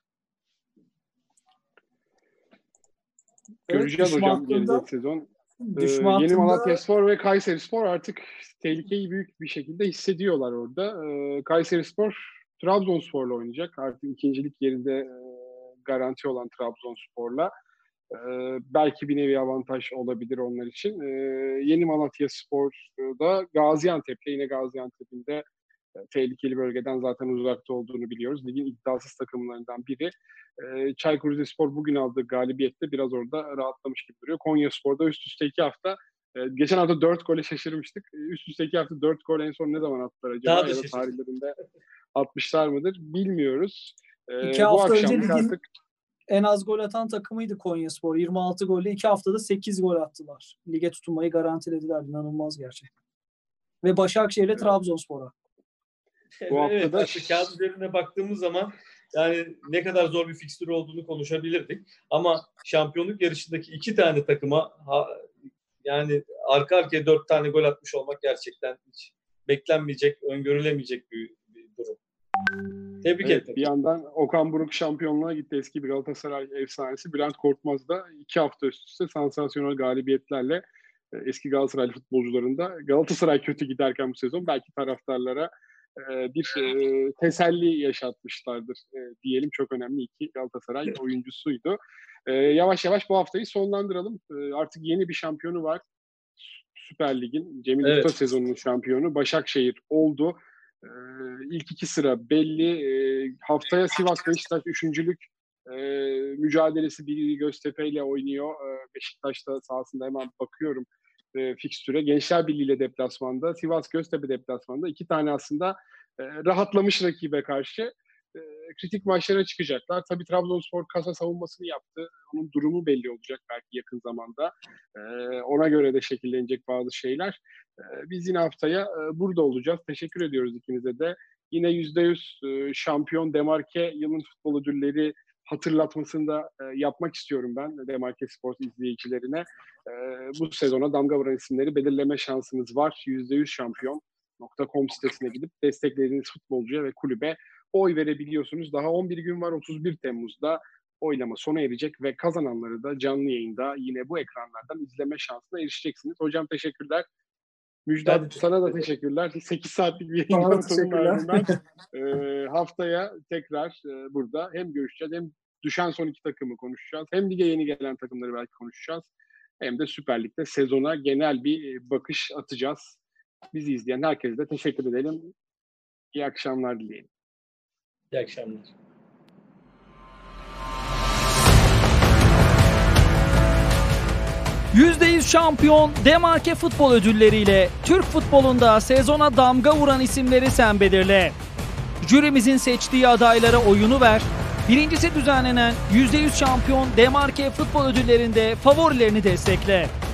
Göreceğiz hocam gelecek sezon. Yeni Malatyaspor ve Kayserispor artık tehlikeyi büyük bir şekilde hissediyorlar orada. Kayserispor Trabzonspor'la oynayacak. Artık ikincilik yerinde garanti olan Trabzonspor'la. Belki bir nevi avantaj olabilir onlar için. Yeni Malatyaspor'da Gaziantep'le, yine Gaziantep'in de tehlikeli bölgeden zaten uzakta olduğunu biliyoruz. Ligin iddiasız takımlarından biri. Çaykur Rizespor bugün aldığı galibiyetle biraz orada rahatlamış gibi duruyor. Konyaspor'da üst üste 2 hafta, geçen hafta 4 gole şaşırmıştık. Üst üste 2 hafta 4 gol en son ne zaman attılar acaba? Ya da tarihlerinde atmışlar mıdır? Bilmiyoruz.
2 hafta önce ligin artık en az gol atan takımıydı Konyaspor. 26 golle 2 haftada 8 gol attılar. Lige tutunmayı garantilediler. İnanılmaz gerçekten. Ve Başakşehir'le Trabzonspor'a.
Bu hafta da kağıt üzerine baktığımız zaman yani ne kadar zor bir fikstür olduğunu konuşabilirdik. Ama şampiyonluk yarışındaki 2 tane takıma yani arka arkaya 4 tane gol atmış olmak gerçekten hiç beklenmeyecek, öngörülemeyecek bir durum. Tebrik ederim.
Bir yandan Okan Buruk şampiyonluğa gitti. Eski bir Galatasaray efsanesi Bülent Korkmaz da 2 hafta üst üste sansasyonel galibiyetlerle eski Galatasaray futbolcularında Galatasaray kötü giderken bu sezon belki taraftarlara bir teselli yaşatmışlardır diyelim. Çok önemli 2 Galatasaray oyuncusuydu. Yavaş yavaş bu haftayı sonlandıralım. Artık yeni bir şampiyonu var. Süper Lig'in Cemil Usta sezonunun şampiyonu Başakşehir oldu. İlk 2 sıra belli. Haftaya Sivas Beşiktaş üçüncülük mücadelesi biri Göztepe ile oynuyor. Beşiktaş'ta sahasında hemen bakıyorum fikstüre. Gençler Birliği ile deplasmanda, Sivas Göztepe deplasmanda 2 tane aslında rahatlamış rakibe karşı kritik maçlara çıkacaklar. Tabii Trabzonspor kasa savunmasını yaptı. Onun durumu belli olacak belki yakın zamanda. Ona göre de şekillenecek bazı şeyler. Biz yine haftaya burada olacağız. Teşekkür ediyoruz ikinize de. Yine %100 şampiyon demarke yılın futbol ödülleri hatırlatmasını da yapmak istiyorum ben Demarke Spor izleyicilerine. Bu sezona damga vuran isimleri belirleme şansınız var. %100şampiyon.com sitesine gidip desteklediğiniz futbolcuya ve kulübe oy verebiliyorsunuz. Daha 11 gün var. 31 Temmuz'da oylama sona erecek ve kazananları da canlı yayında yine bu ekranlardan izleme şansına erişeceksiniz. Hocam teşekkürler. Müjdat sana da teşekkürler. 8 saatlik bir yayın sonundan haftaya tekrar burada hem görüşeceğiz hem düşen son iki takımı konuşacağız. Hem lige yeni gelen takımları belki konuşacağız. Hem de Süper Lig'de sezona genel bir bakış atacağız. Bizi izleyen herkese de teşekkür edelim. İyi akşamlar dileyelim.
İyi akşamlar.
%100 şampiyon Demarke Futbol Ödülleri'yle Türk futbolunda sezona damga vuran isimleri sen belirle. Jürimizin seçtiği adaylara oyunu ver. Birincisi düzenlenen %100 şampiyon Demarke Futbol Ödülleri'nde favorilerini destekle.